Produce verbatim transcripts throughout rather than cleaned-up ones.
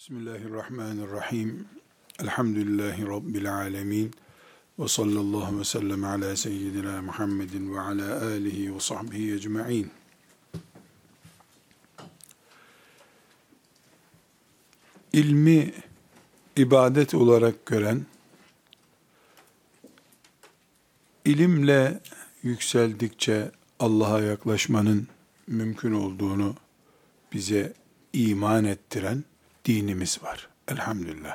Bismillahirrahmanirrahim. Elhamdülillahi Rabbil alemin. Ve sallallahu ve sellem ala seyyidina Muhammedin ve ala alihi ve sahbihi ecma'in. İlmi ibadet olarak gören, ilimle yükseldikçe Allah'a yaklaşmanın mümkün olduğunu bize iman ettiren dinimiz var. Elhamdülillah.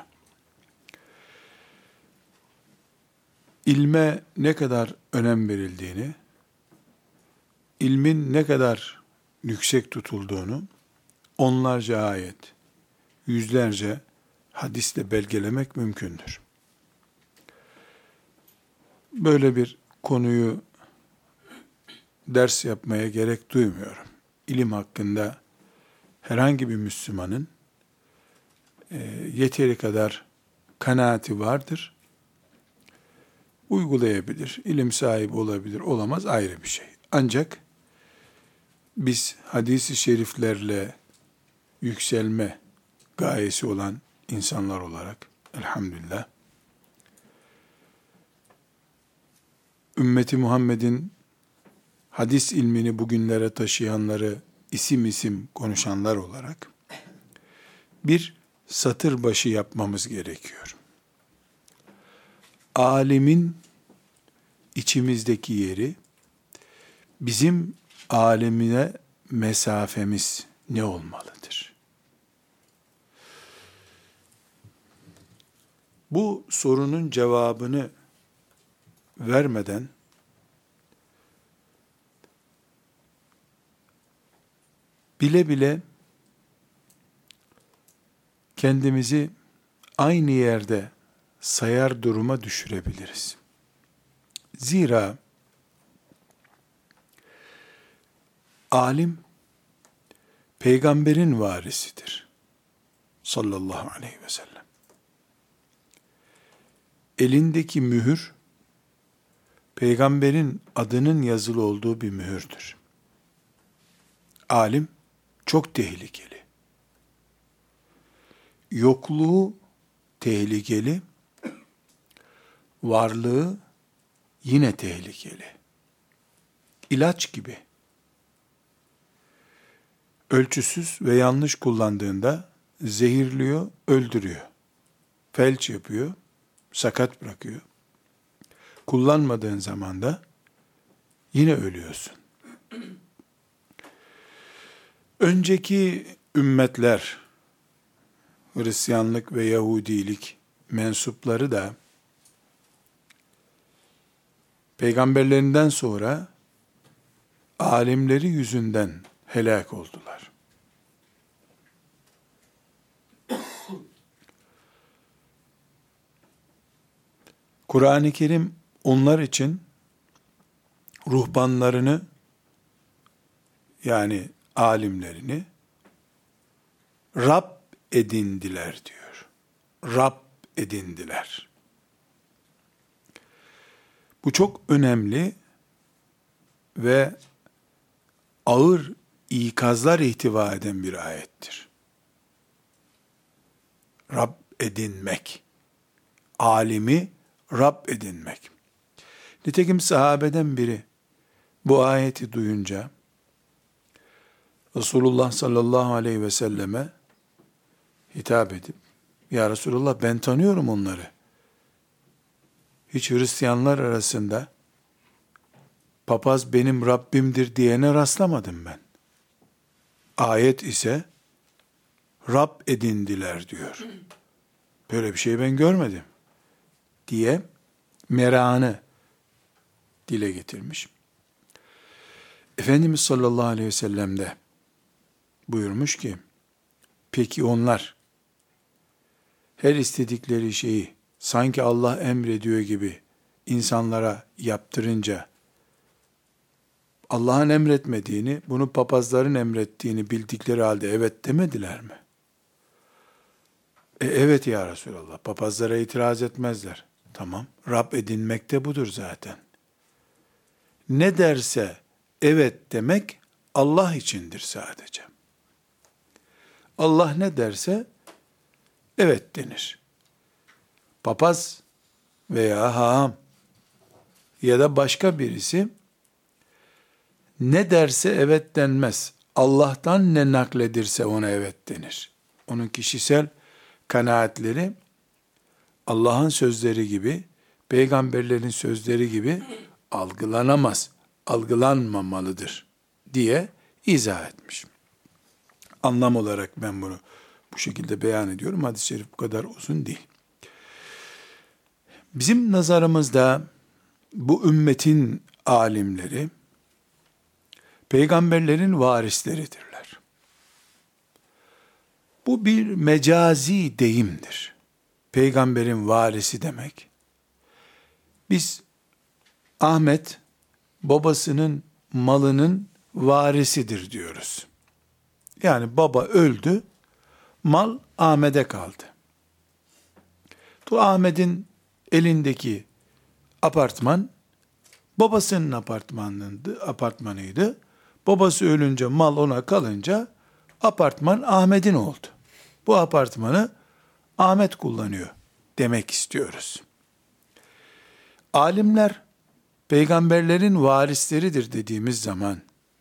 İlme ne kadar önem verildiğini, ilmin ne kadar yüksek tutulduğunu onlarca ayet, yüzlerce hadisle belgelemek mümkündür. Böyle bir konuyu ders yapmaya gerek duymuyorum. İlim hakkında herhangi bir Müslümanın e, yeteri kadar kanaati vardır. Uygulayabilir, ilim sahibi olabilir, olamaz ayrı bir şey. Ancak biz hadis-i şeriflerle yükselme gayesi olan insanlar olarak elhamdülillah ümmeti Muhammed'in hadis ilmini bugünlere taşıyanları isim isim konuşanlar olarak bir satır başı yapmamız gerekiyor. Alimin içimizdeki yeri, bizim alemine mesafemiz ne olmalıdır? Bu sorunun cevabını vermeden bile bile kendimizi aynı yerde sayar duruma düşürebiliriz. Zira alim peygamberin varisidir. Sallallahu aleyhi ve sellem. Elindeki mühür peygamberin adının yazılı olduğu bir mühürdür. Alim çok tehlikeli. Yokluğu tehlikeli, varlığı yine tehlikeli. İlaç gibi. Ölçüsüz ve yanlış kullandığında zehirliyor, öldürüyor. Felç yapıyor, sakat bırakıyor. Kullanmadığın zaman da yine ölüyorsun. Önceki ümmetler, Hristiyanlık ve Yahudilik mensupları da peygamberlerinden sonra alimleri yüzünden helak oldular. Kur'an-ı Kerim onlar için ruhbanlarını, yani alimlerini Rab edindiler diyor. Rab edindiler. Bu çok önemli ve ağır ikazlar ihtiva eden bir ayettir. Rab edinmek. Alimi Rab edinmek. Nitekim sahabeden biri bu ayeti duyunca Resulullah sallallahu aleyhi ve selleme hitap edip, ya Resulullah ben tanıyorum onları. Hiç Hristiyanlar arasında papaz benim Rabbimdir diyene rastlamadım ben. Ayet ise Rab edindiler diyor. Böyle bir şey ben görmedim diye meranı dile getirmiş. Efendimiz sallallahu aleyhi ve sellem de buyurmuş ki, peki onlar her istedikleri şeyi sanki Allah emrediyor gibi insanlara yaptırınca Allah'ın emretmediğini, bunu papazların emrettiğini bildikleri halde evet demediler mi? E, evet ya Resulallah, papazlara itiraz etmezler. Tamam, Rab edinmek de budur zaten. Ne derse evet demek Allah içindir sadece. Allah ne derse evet denir. Papaz veya haham ya da başka birisi ne derse evet denmez. Allah'tan ne nakledirse ona evet denir. Onun kişisel kanaatleri Allah'ın sözleri gibi, peygamberlerin sözleri gibi algılanamaz, algılanmamalıdır diye izah etmiş. Anlam olarak ben bunu bu şekilde beyan ediyorum. Hadis-i şerif bu kadar uzun değil. Bizim nazarımızda bu ümmetin alimleri, peygamberlerin varisleridirler. Bu bir mecazi deyimdir. Peygamberin varisi demek. Biz Ahmet babasının malının varisidir diyoruz. Yani baba öldü, mal Ahmet'e kaldı. Bu Ahmet'in elindeki apartman babasının apartmanıydı, apartmanıydı. Babası ölünce, mal ona kalınca apartman Ahmet'in oldu. Bu apartmanı Ahmet kullanıyor demek istiyoruz. Alimler peygamberlerin varisleridir dediğimiz zaman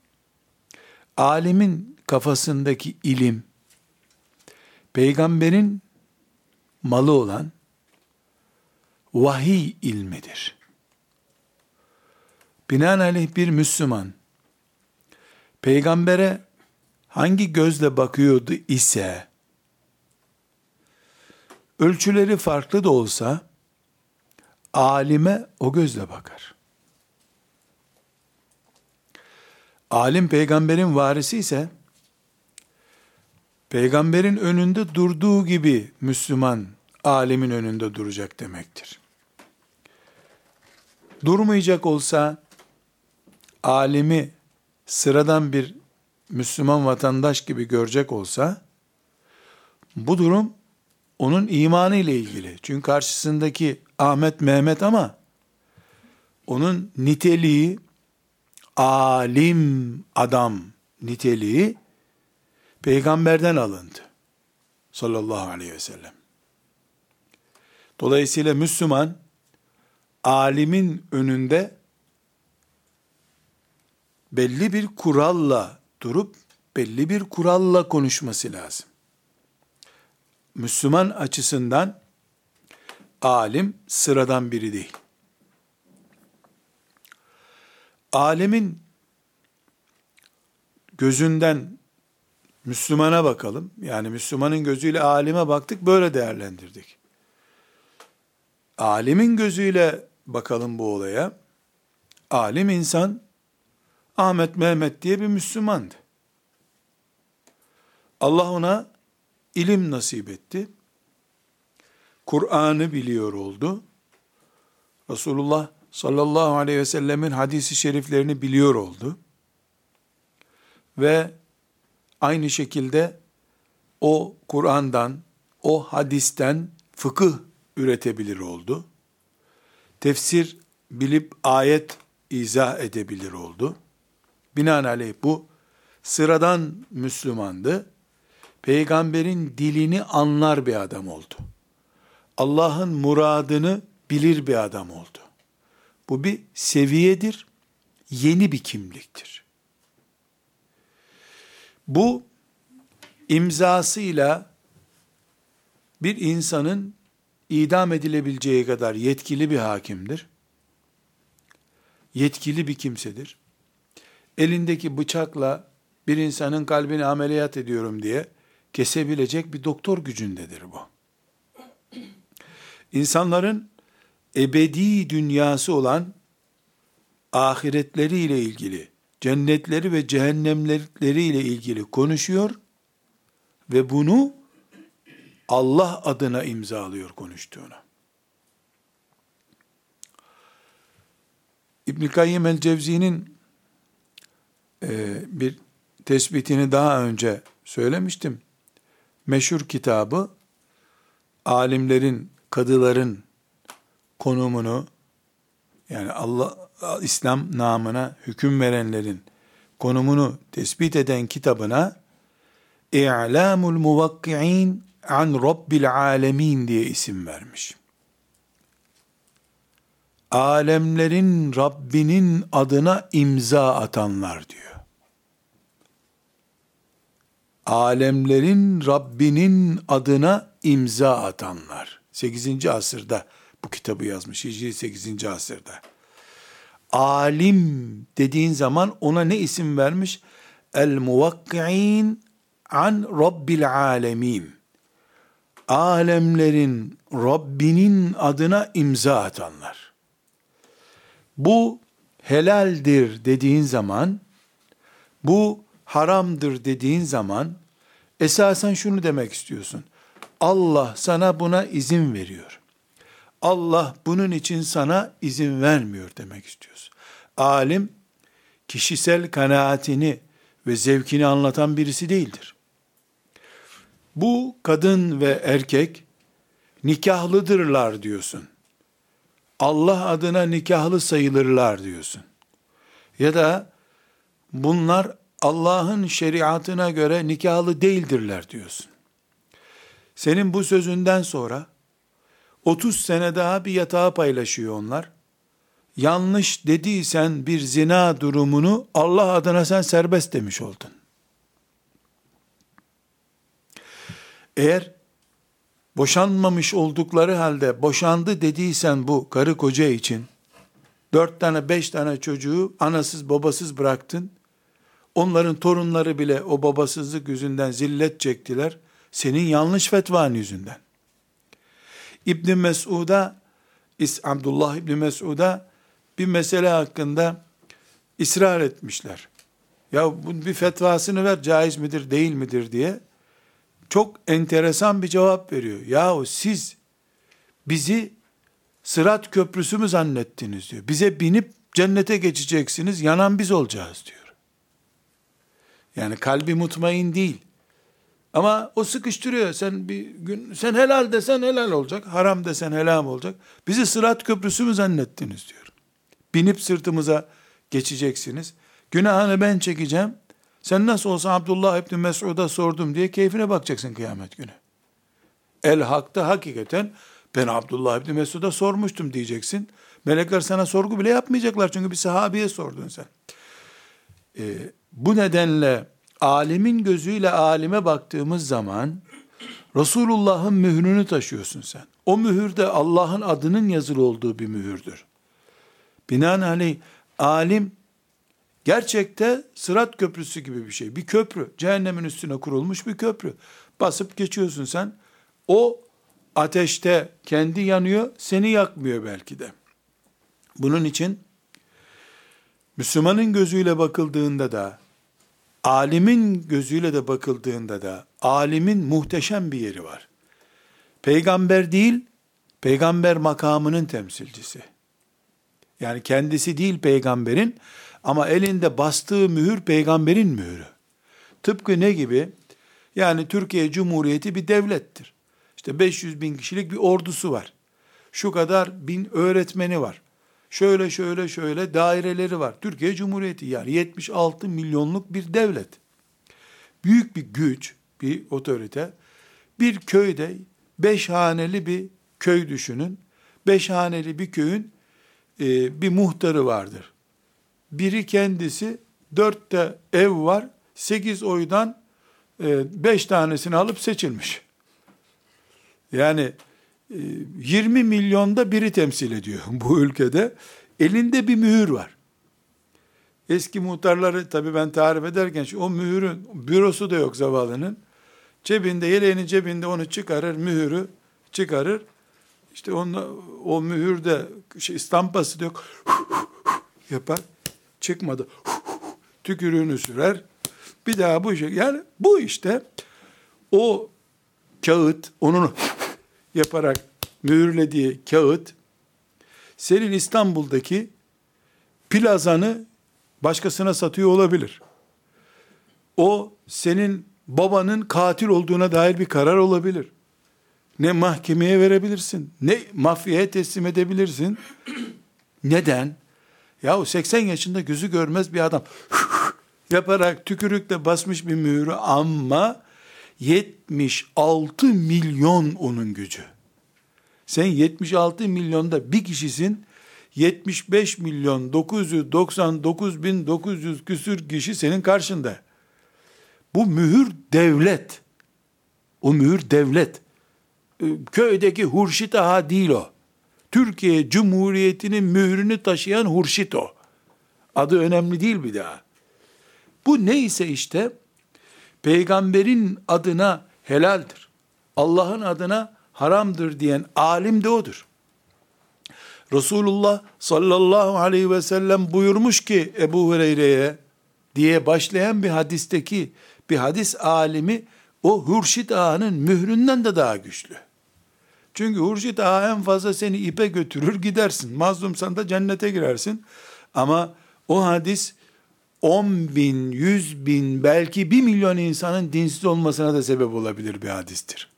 alimin kafasındaki ilim peygamberin malı olan vahiy ilmidir. Binaenaleyh bir Müslüman peygambere hangi gözle bakıyordu ise ölçüleri farklı da olsa alime o gözle bakar. Alim peygamberin varisi ise peygamberin önünde durduğu gibi Müslüman alimin önünde duracak demektir. Durmayacak olsa alimi sıradan bir Müslüman vatandaş gibi görecek olsa bu durum onun imanı ile ilgili. Çünkü karşısındaki Ahmet Mehmet ama onun niteliği alim adam niteliği peygamberden alındı. Sallallahu aleyhi ve sellem. Dolayısıyla Müslüman alimin önünde belli bir kuralla durup belli bir kuralla konuşması lazım. Müslüman açısından alim sıradan biri değil. Alimin gözünden Müslümana bakalım. Yani Müslümanın gözüyle alime baktık, böyle değerlendirdik. Alimin gözüyle bakalım bu olaya. Alim insan Ahmet Mehmet diye bir Müslümandı. Allah ona ilim nasip etti. Kur'an'ı biliyor oldu. Resulullah sallallahu aleyhi ve sellemin hadisi şeriflerini biliyor oldu. Ve aynı şekilde o Kur'an'dan, o hadisten fıkıh üretebilir oldu. Tefsir bilip ayet izah edebilir oldu. Binaenaleyh bu sıradan Müslümandı. Peygamberin dilini anlar bir adam oldu. Allah'ın muradını bilir bir adam oldu. Bu bir seviyedir, yeni bir kimliktir. Bu imzasıyla bir insanın idam edilebileceği kadar yetkili bir hakimdir. Yetkili bir kimsedir. Elindeki bıçakla bir insanın kalbini ameliyat ediyorum diye kesebilecek bir doktor gücündedir bu. İnsanların ebedi dünyası olan ahiretleriyle ilgili, cennetleri ve cehennemleriyle ilgili konuşuyor ve bunu Allah adına imzalıyor konuştuğunu. İbn-i Kayyim el-Cevzi'nin e, bir tespitini daha önce söylemiştim. Meşhur kitabı, alimlerin, kadıların konumunu, yani Allah, İslam namına hüküm verenlerin konumunu tespit eden kitabına İ'lamul muvakki'in an Rabbil alemin diye isim vermiş. Alemlerin Rabbinin adına imza atanlar diyor. Alemlerin Rabbinin adına imza atanlar. sekizinci asırda bu kitabı yazmış. Hicri sekizinci asırda. Alim dediğin zaman ona ne isim vermiş? El muvakki'in an Rabbil alemin. Alemlerin Rabbinin adına imza atanlar. Bu helaldir dediğin zaman, bu haramdır dediğin zaman, esasen şunu demek istiyorsun. Allah sana buna izin veriyor. Allah bunun için sana izin vermiyor demek istiyorsun. Alim, kişisel kanaatini ve zevkini anlatan birisi değildir. Bu kadın ve erkek nikahlıdırlar diyorsun. Allah adına nikahlı sayılırlar diyorsun. Ya da bunlar Allah'ın şeriatına göre nikahlı değildirler diyorsun. Senin bu sözünden sonra otuz sene daha bir yatağı paylaşıyor onlar. Yanlış dediysen bir zina durumunu Allah adına sen serbest demiş oldun. Eğer boşanmamış oldukları halde boşandı dediysen bu karı koca için, dört tane beş tane çocuğu anasız babasız bıraktın, onların torunları bile o babasızlık yüzünden zillet çektiler, senin yanlış fetvan yüzünden. İbn Mesud'a, Abdullah İbn Mesud'a bir mesele hakkında ısrar etmişler. Ya bunun bir fetvasını ver, caiz midir değil midir diye. Çok enteresan bir cevap veriyor. Yahu siz bizi Sırat Köprüsü mü zannettiniz diyor. Bize binip cennete geçeceksiniz, yanan biz olacağız diyor. Yani kalbi mutmain değil. Ama o sıkıştırıyor. Sen bir gün, sen helal desen helal olacak, haram desen helal olacak. Bizi Sırat Köprüsü mü zannettiniz diyor. Binip sırtımıza geçeceksiniz. Günahını ben çekeceğim. Sen nasıl olsa Abdullah İbni Mesud'a sordum diye keyfine bakacaksın kıyamet günü. El hakta hakikaten ben Abdullah İbni Mesud'a sormuştum diyeceksin. Melekler sana sorgu bile yapmayacaklar çünkü bir sahabeye sordun sen. Ee, bu nedenle alimin gözüyle alime baktığımız zaman Resulullah'ın mührünü taşıyorsun sen. O mühür de Allah'ın adının yazılı olduğu bir mühürdür. Binaenaleyh alim gerçekte Sırat Köprüsü gibi bir şey. Bir köprü. Cehennemin üstüne kurulmuş bir köprü. Basıp geçiyorsun sen. O ateşte kendi yanıyor, seni yakmıyor belki de. Bunun için Müslümanın gözüyle bakıldığında da, alimin gözüyle de bakıldığında da, alimin muhteşem bir yeri var. Peygamber değil, peygamber makamının temsilcisi. Yani kendisi değil peygamberin, ama elinde bastığı mühür peygamberin mührü. Tıpkı ne gibi? Yani Türkiye Cumhuriyeti bir devlettir. İşte beş yüz bin kişilik bir ordusu var. Şu kadar bin öğretmeni var. Şöyle şöyle şöyle daireleri var. Türkiye Cumhuriyeti yani yetmiş altı milyonluk bir devlet. Büyük bir güç, bir otorite. Bir köyde beş haneli bir köy düşünün. Beş haneli bir köyün e, bir muhtarı vardır. Biri kendisi, dörtte ev var, sekiz oydan e, beş tanesini alıp seçilmiş. Yani e, yirmi milyonda biri temsil ediyor bu ülkede. Elinde bir mühür var. Eski muhtarları tabii ben tarif ederken şu, o mühürün bürosu da yok zavallının. Cebinde, yeleğinin cebinde onu çıkarır, mühürü çıkarır. İşte onunla, o mühürde şey, istampası da yok. Yapar. Çıkmadı. Tükürüğünü sürer. Bir daha bu şey. Yani bu işte o kağıt, onun yaparak mühürlediği kağıt, senin İstanbul'daki plazanı başkasına satıyor olabilir. O senin babanın katil olduğuna dair bir karar olabilir. Ne mahkemeye verebilirsin, ne mafyaya teslim edebilirsin. Neden? Yahu seksen yaşında gözü görmez bir adam yaparak tükürükle basmış bir mühürü, ama yetmiş altı milyon onun gücü. Sen yetmiş altı milyonda bir kişisin, yetmiş beş milyon dokuz yüz doksan dokuz bin dokuz yüz küsür kişi senin karşında. Bu mühür devlet. O mühür devlet. Köydeki Hurşit Ağa değil o. Türkiye Cumhuriyeti'nin mührünü taşıyan Hurşit o. Adı önemli değil bir daha. Bu neyse işte, peygamberin adına helaldir, Allah'ın adına haramdır diyen alim de odur. Resulullah sallallahu aleyhi ve sellem buyurmuş ki Ebu Hureyre'ye diye başlayan bir hadisteki bir hadis alimi o Hurşit Ağa'nın mühründen de daha güçlü. Çünkü Hurşit Ağa en fazla seni ipe götürür gidersin. Mazlumsan da cennete girersin. Ama o hadis on bin, yüz bin, belki bir milyon insanın dinsiz olmasına da sebep olabilir bir hadistir.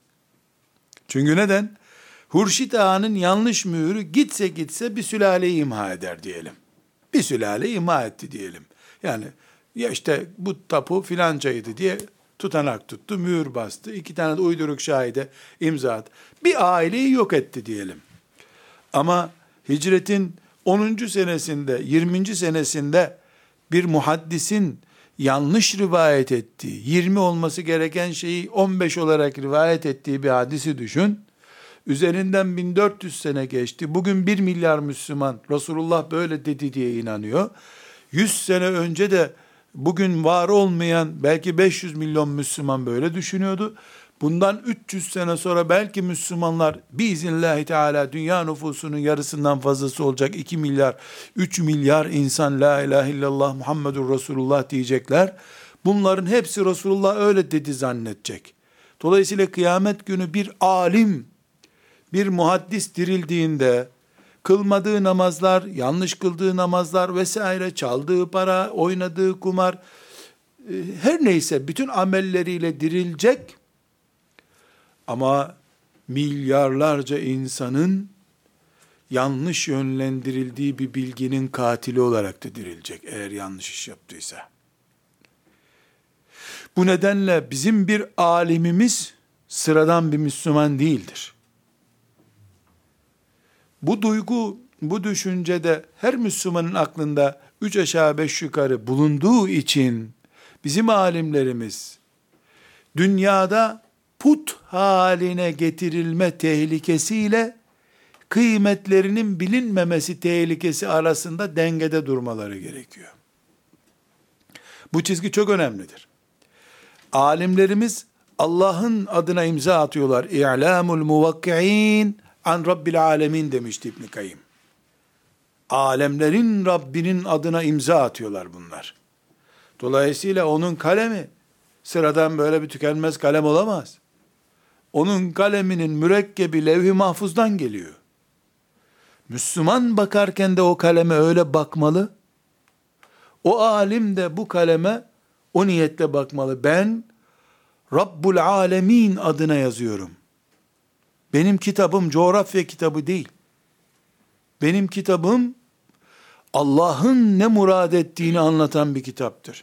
Çünkü neden? Hurşit Ağa'nın yanlış mührü gitse gitse bir sülaleyi imha eder diyelim. Bir sülale imha etti diyelim. Yani ya işte bu tapu filancaydı diye tutanak tuttu, mühür bastı, iki tane de uyduruk şahide imza attı. Bir aileyi yok etti diyelim. Ama hicretin onuncu senesinde, yirminci senesinde bir muhaddisin yanlış rivayet ettiği, yirmi olması gereken şeyi on beş olarak rivayet ettiği bir hadisi düşün. Üzerinden bin dört yüz sene geçti. Bugün bir milyar Müslüman Resulullah böyle dedi diye inanıyor. yüz sene önce de bugün var olmayan belki beş yüz milyon Müslüman böyle düşünüyordu. Bundan üç yüz sene sonra belki Müslümanlar biiznillahü teala dünya nüfusunun yarısından fazlası olacak iki milyar, üç milyar insan la ilahe illallah Muhammedur Resulullah diyecekler. Bunların hepsi Resulullah öyle dedi zannedecek. Dolayısıyla kıyamet günü bir alim, bir muhaddis dirildiğinde kılmadığı namazlar, yanlış kıldığı namazlar vesaire, çaldığı para, oynadığı kumar, her neyse bütün amelleriyle dirilecek. Ama milyarlarca insanın yanlış yönlendirildiği bir bilginin katili olarak da dirilecek eğer yanlış iş yaptıysa. Bu nedenle bizim bir alimimiz sıradan bir Müslüman değildir. Bu duygu, bu düşüncede her Müslümanın aklında üç aşağı beş yukarı bulunduğu için bizim alimlerimiz dünyada put haline getirilme tehlikesiyle kıymetlerinin bilinmemesi tehlikesi arasında dengede durmaları gerekiyor. Bu çizgi çok önemlidir. Alimlerimiz Allah'ın adına imza atıyorlar. İ'lamul muvakki'in an Rabbil alemin demişti İbn Kayyim. Alemlerin Rabbinin adına imza atıyorlar bunlar. Dolayısıyla onun kalemi sıradan böyle bir tükenmez kalem olamaz. Onun kaleminin mürekkebi levh-i mahfuzdan geliyor. Müslüman bakarken de o kaleme öyle bakmalı. O alim de bu kaleme o niyetle bakmalı. Ben Rabbul Alemin adına yazıyorum. Benim kitabım coğrafya kitabı değil. Benim kitabım Allah'ın ne murad ettiğini anlatan bir kitaptır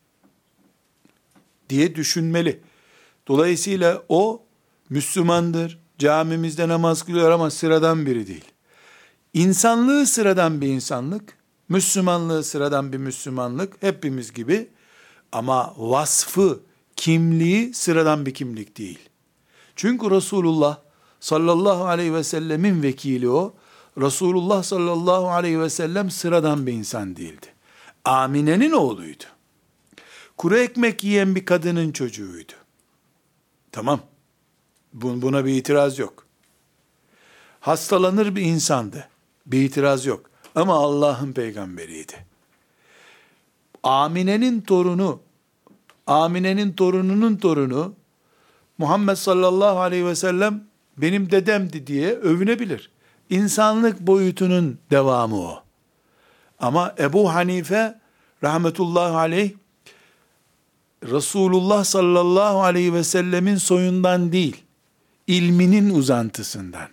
diye düşünmeli. Dolayısıyla o Müslümandır, camimizde namaz kılıyor ama sıradan biri değil. İnsanlığı sıradan bir insanlık, Müslümanlığı sıradan bir Müslümanlık, hepimiz gibi, ama vasfı, kimliği sıradan bir kimlik değil. Çünkü Resulullah sallallahu aleyhi ve sellemin vekili o. Resulullah sallallahu aleyhi ve sellem sıradan bir insan değildi. Amine'nin oğluydu. Kuru ekmek yiyen bir kadının çocuğuydu. Tamam. Buna bir itiraz yok. Hastalanır bir insandı. Bir itiraz yok. Ama Allah'ın peygamberiydi. Amine'nin torunu, Amine'nin torununun torunu, Muhammed sallallahu aleyhi ve sellem benim dedemdi diye övünebilir. İnsanlık boyutunun devamı o. Ama Ebu Hanife rahmetullahi aleyh, Resulullah sallallahu aleyhi ve sellemin soyundan değil, ilminin uzantısından.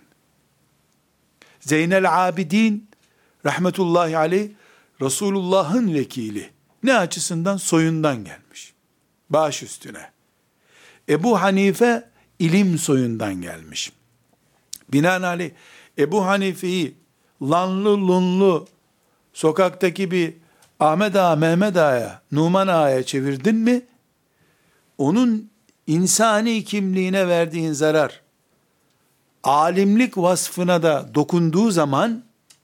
Zeynel Abidin rahmetullahi aleyh, Resulullah'ın vekili. Ne açısından? Soyundan gelmiş. Baş üstüne. Ebu Hanife ilim soyundan gelmiş. Binaenaleyh Ebu Hanife'yi lanlı lunlu sokaktaki bir Ahmet Ağa, Mehmet Ağa'ya, Numan Ağa'ya çevirdin mi, onun insani kimliğine verdiğin zarar, alimlik vasfına da dokunduğu zaman,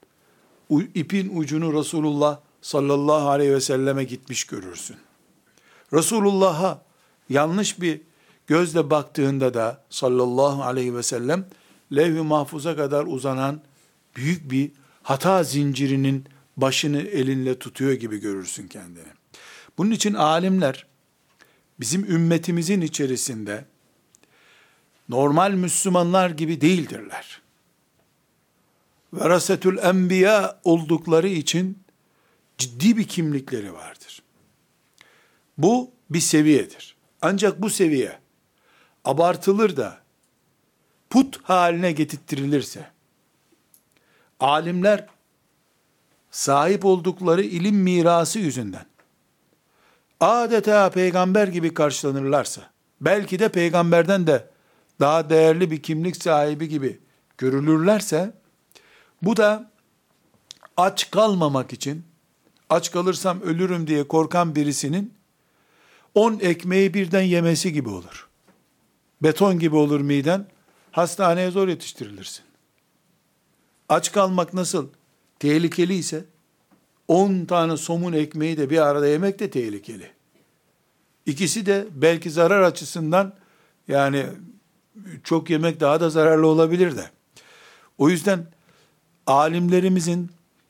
ipin ucunu Resulullah sallallahu aleyhi ve selleme gitmiş görürsün. Resulullah'a yanlış bir gözle baktığında da sallallahu aleyhi ve sellem, levh-i mahfuza kadar uzanan büyük bir hata zincirinin başını elinle tutuyor gibi görürsün kendini. Bunun için alimler, bizim ümmetimizin içerisinde normal Müslümanlar gibi değildirler. Verasetül enbiya oldukları için ciddi bir kimlikleri vardır. Bu bir seviyedir. Ancak bu seviye abartılır da put haline getirtirilirse, alimler sahip oldukları ilim mirası yüzünden adeta peygamber gibi karşılanırlarsa, belki de peygamberden de daha değerli bir kimlik sahibi gibi görülürlerse, bu da aç kalmamak için, aç kalırsam ölürüm diye korkan birisinin on ekmeği birden yemesi gibi olur. Beton gibi olur miden, hastaneye zor yetiştirilirsin. Aç kalmak nasıl tehlikeliyse, on tane somun ekmeği de bir arada yemek de tehlikeli. İkisi de belki zarar açısından, yani çok yemek daha da zararlı olabilir de. O yüzden alimlerimizin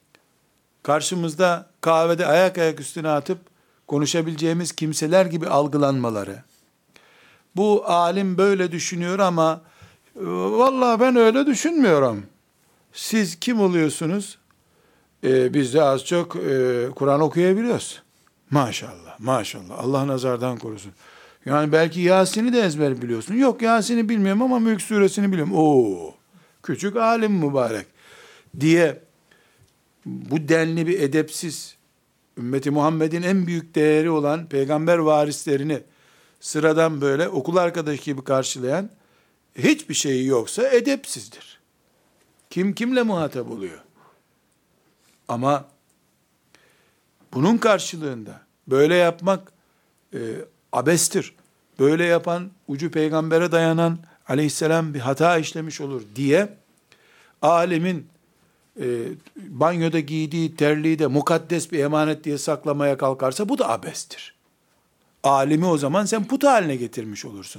karşımızda kahvede ayak ayak üstüne atıp konuşabileceğimiz kimseler gibi algılanmaları, bu alim böyle düşünüyor ama vallahi ben öyle düşünmüyorum, siz kim oluyorsunuz? Ee, biz de az çok e, Kur'an okuyabiliyoruz. Maşallah, maşallah. Allah nazardan korusun. Yani belki Yasin'i de ezber biliyorsun. Yok, Yasin'i bilmiyorum ama Mülk suresini biliyorum. Oo, küçük alim mübarek diye bu denli bir edepsiz, ümmeti Muhammed'in en büyük değeri olan peygamber varislerini sıradan böyle okul arkadaşı gibi karşılayan, hiçbir şeyi yoksa edepsizdir. Kim kimle muhatap oluyor? Ama bunun karşılığında böyle yapmak e, abestir. Böyle yapan ucu peygambere dayanan aleyhisselam bir hata işlemiş olur diye alemin e, banyoda giydiği terliği de mukaddes bir emanet diye saklamaya kalkarsa bu da abestir. Alimi o zaman sen put haline getirmiş olursun.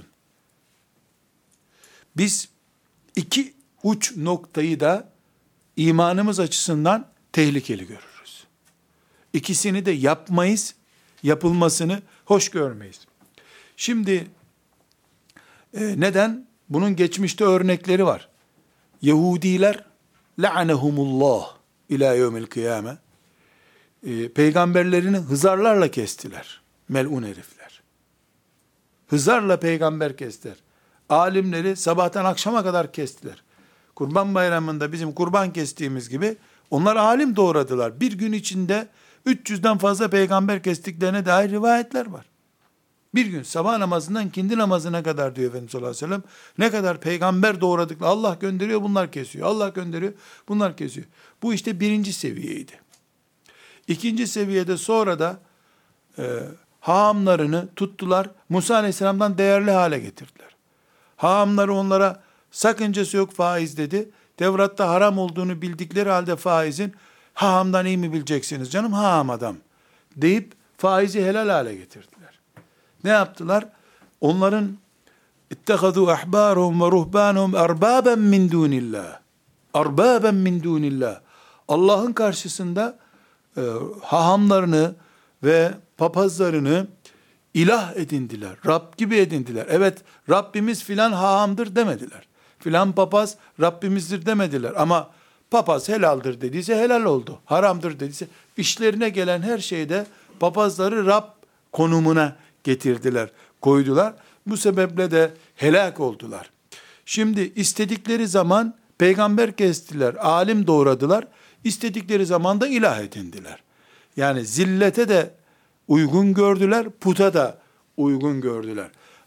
Biz iki uç noktayı da imanımız açısından tehlikeli görürüz. İkisini de yapmayız, yapılmasını hoş görmeyiz. Şimdi e, neden? Bunun geçmişte örnekleri var. Yahudiler la'anehumullah ila yevmil kıyame, e, peygamberlerini hızarlarla kestiler. Melun herifler. Hızarla peygamber kestiler. Alimleri sabahtan akşama kadar kestiler. Kurban Bayramı'nda bizim kurban kestiğimiz gibi onlar alim doğradılar. Bir gün içinde üç yüzden fazla peygamber kestiklerine dair rivayetler var. Bir gün sabah namazından kindi namazına kadar diyor Efendimiz sallallahu aleyhi ve sellem, ne kadar peygamber doğradıkları, Allah gönderiyor bunlar kesiyor. Allah gönderiyor bunlar kesiyor. Bu işte birinci seviyeydi. İkinci seviyede sonra da e, hahamlarını tuttular, Musa aleyhisselamdan değerli hale getirdiler. Hahamları onlara sakıncası yok faiz dedi. Tevrat'ta haram olduğunu bildikleri halde faizin, hahamdan iyi mi bileceksiniz canım, haham adam deyip faizi helal hale getirdiler. Ne yaptılar? Onların ittehadu ahbarahum ve ruhbanahum erbaben min dunillah. Erbaben min dunillah. Allah'ın karşısında e, hahamlarını ve papazlarını ilah edindiler. Rab gibi edindiler. Evet, Rabbimiz filan hahamdır demediler. Filan papaz Rabbimizdir demediler. Ama papaz helaldir dediyse helal oldu. Haramdır dediyse, işlerine gelen her şeyde papazları Rab konumuna getirdiler, koydular. Bu sebeple de helak oldular. Şimdi istedikleri zaman peygamber kestiler, alim doğradılar. İstedikleri zaman da ilah edindiler. Yani zillete de uygun gördüler, puta da uygun gördüler.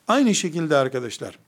Aynı şekilde arkadaşlar,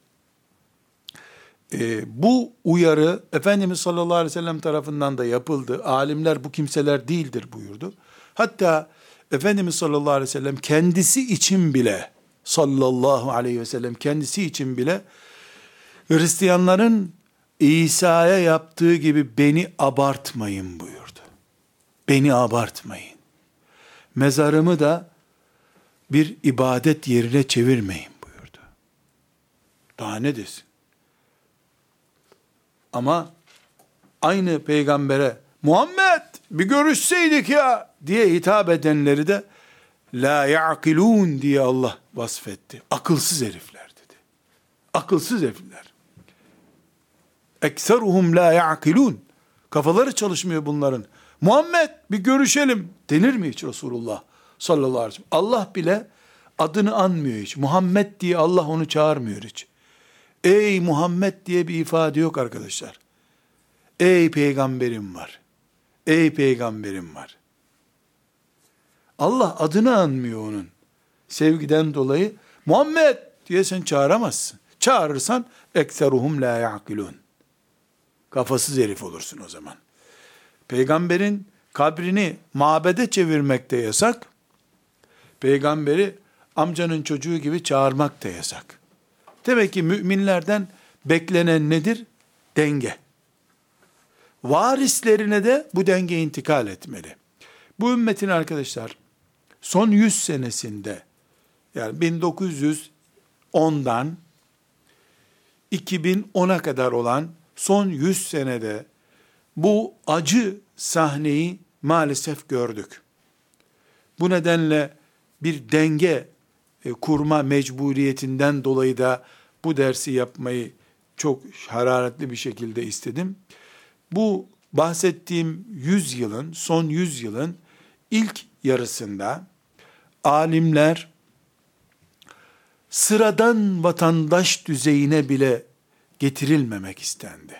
e, bu uyarı Efendimiz sallallahu aleyhi ve sellem tarafından da yapıldı. Alimler bu kimseler değildir buyurdu. Hatta Efendimiz sallallahu aleyhi ve sellem kendisi için bile, sallallahu aleyhi ve sellem kendisi için bile Hristiyanların İsa'ya yaptığı gibi beni abartmayın buyurdu. Beni abartmayın. Mezarımı da bir ibadet yerine çevirmeyin buyurdu. Daha ne desin? Ama aynı peygambere Muhammed bir görüşseydik ya diye hitap edenleri de la ya'kilun diye Allah vasfetti. Akılsız herifler dedi. Akılsız herifler. Ekseruhum la ya'kilun. Kafaları çalışmıyor bunların. Muhammed bir görüşelim denir mi hiç Resulullah sallallahu aleyhi ve sellem? Allah bile adını anmıyor hiç. Muhammed diye Allah onu çağırmıyor hiç. Ey Muhammed diye bir ifade yok arkadaşlar. Ey peygamberim var. Ey peygamberim var. Allah adını anmıyor onun. Sevgiden dolayı Muhammed diye sen çağıramazsın. Çağırırsan ekseruhum la ya'kilun. Kafasız herif olursun o zaman. Peygamberin kabrini mabede çevirmek de yasak. Peygamberi amcanın çocuğu gibi çağırmak da yasak. Demek ki müminlerden beklenen nedir? Denge. Varislerine de bu denge intikal etmeli. Bu ümmetin arkadaşlar son yüz senesinde, yani bin dokuz yüz ondan iki bin ona kadar olan son yüz senede bu acı sahneyi maalesef gördük. Bu nedenle bir denge e, kurma mecburiyetinden dolayı da bu dersi yapmayı çok hararetli bir şekilde istedim. Bu bahsettiğim yüz yılın, son yüz yılın ilk yarısında alimler sıradan vatandaş düzeyine bile getirilmemek istendi.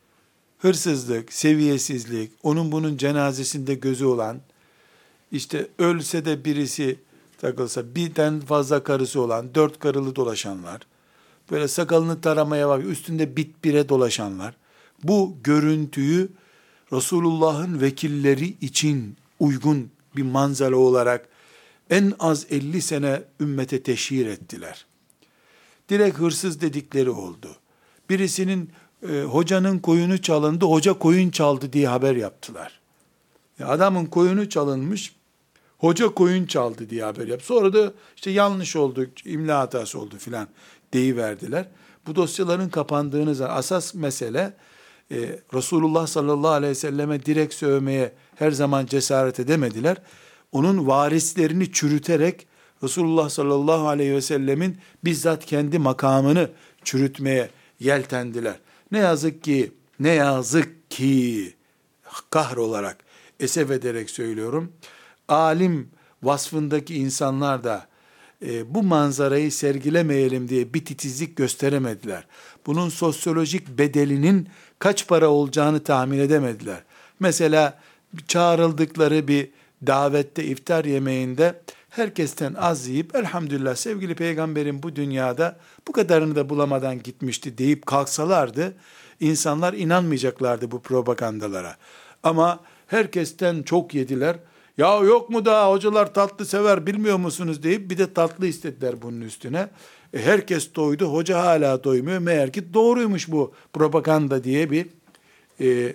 Hırsızlık, seviyesizlik, onun bunun cenazesinde gözü olan, işte ölse de birisi takılsa, birden fazla karısı olan, dört karılı dolaşanlar, böyle sakalını taramaya bak, üstünde bit bire dolaşanlar, bu görüntüyü Resulullah'ın vekilleri için uygun bir manzara olarak en az elli sene ümmete teşhir ettiler. Direkt hırsız dedikleri oldu. Birisinin e, hocanın koyunu çalındı, hoca koyun çaldı diye haber yaptılar. Ya adamın koyunu çalınmış, hoca koyun çaldı diye haber yaptı. Sonra da işte yanlış oldu, imla hatası oldu filan deyiverdiler. Bu dosyaların kapandığını zaman asas mesele e, Resulullah sallallahu aleyhi ve selleme direkt sövmeye her zaman cesaret edemediler. Onun varislerini çürüterek Resulullah sallallahu aleyhi ve sellemin bizzat kendi makamını çürütmeye yeltendiler. Ne yazık ki, ne yazık ki kahrolarak, esef ederek söylüyorum, alim vasfındaki insanlar da e, bu manzarayı sergilemeyelim diye bir titizlik gösteremediler. Bunun sosyolojik bedelinin kaç para olacağını tahmin edemediler. Mesela çağrıldıkları bir davette, iftar yemeğinde herkesten az yiyip elhamdülillah sevgili peygamberin bu dünyada bu kadarını da bulamadan gitmişti deyip kalksalardı, insanlar inanmayacaklardı bu propagandalara. Ama herkesten çok yediler. Ya yok mu daha hocalar tatlı sever bilmiyor musunuz deyip bir de tatlı istediler bunun üstüne. E herkes doydu, hoca hala doymuyor. Meğer ki doğruymuş bu propaganda diye bir e,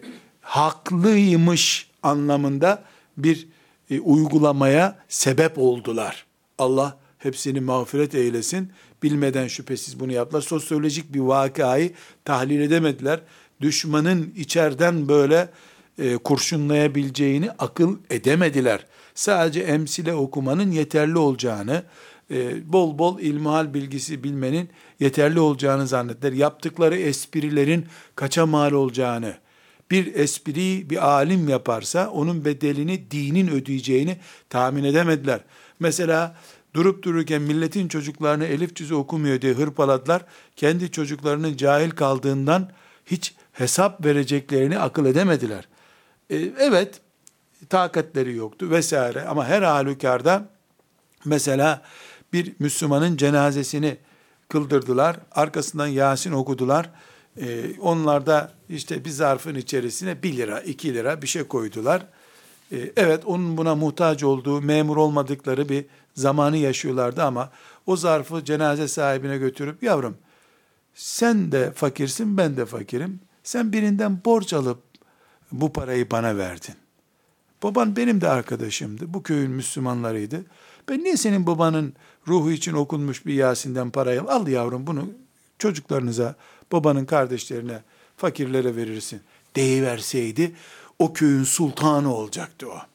haklıymış anlamında bir e, uygulamaya sebep oldular. Allah hepsini mağfiret eylesin. Bilmeden şüphesiz bunu yaptılar. Sosyolojik bir vakayı tahlil edemediler. Düşmanın içeriden böyle e, kurşunlayabileceğini akıl edemediler. Sadece emsile okumanın yeterli olacağını, e, bol bol ilmihal bilgisi bilmenin yeterli olacağını zannettiler. Yaptıkları esprilerin kaça mal olacağını, bir espriyi bir alim yaparsa onun bedelini dinin ödeyeceğini tahmin edemediler. Mesela durup dururken milletin çocuklarını elif cüzü okumuyor diye hırpaladılar. Kendi çocuklarının cahil kaldığından hiç hesap vereceklerini akıl edemediler. Ee, evet, takatleri yoktu vesaire ama her halükarda mesela bir Müslümanın cenazesini kıldırdılar. Arkasından Yasin okudular. Ee, onlar da işte bir zarfın içerisine bir lira, iki lira bir şey koydular. Ee, evet, onun buna muhtaç olduğu, memur olmadıkları bir zamanı yaşıyorlardı ama o zarfı cenaze sahibine götürüp, yavrum sen de fakirsin, ben de fakirim. Sen birinden borç alıp bu parayı bana verdin. Baban benim de arkadaşımdı. Bu köyün Müslümanlarıydı. Ben niye senin babanın ruhu için okunmuş bir Yasin'den parayı al? Al yavrum, bunu çocuklarınıza, babanın kardeşlerine, fakirlere verirsin deyiverseydi, o köyün sultanı olacaktı o.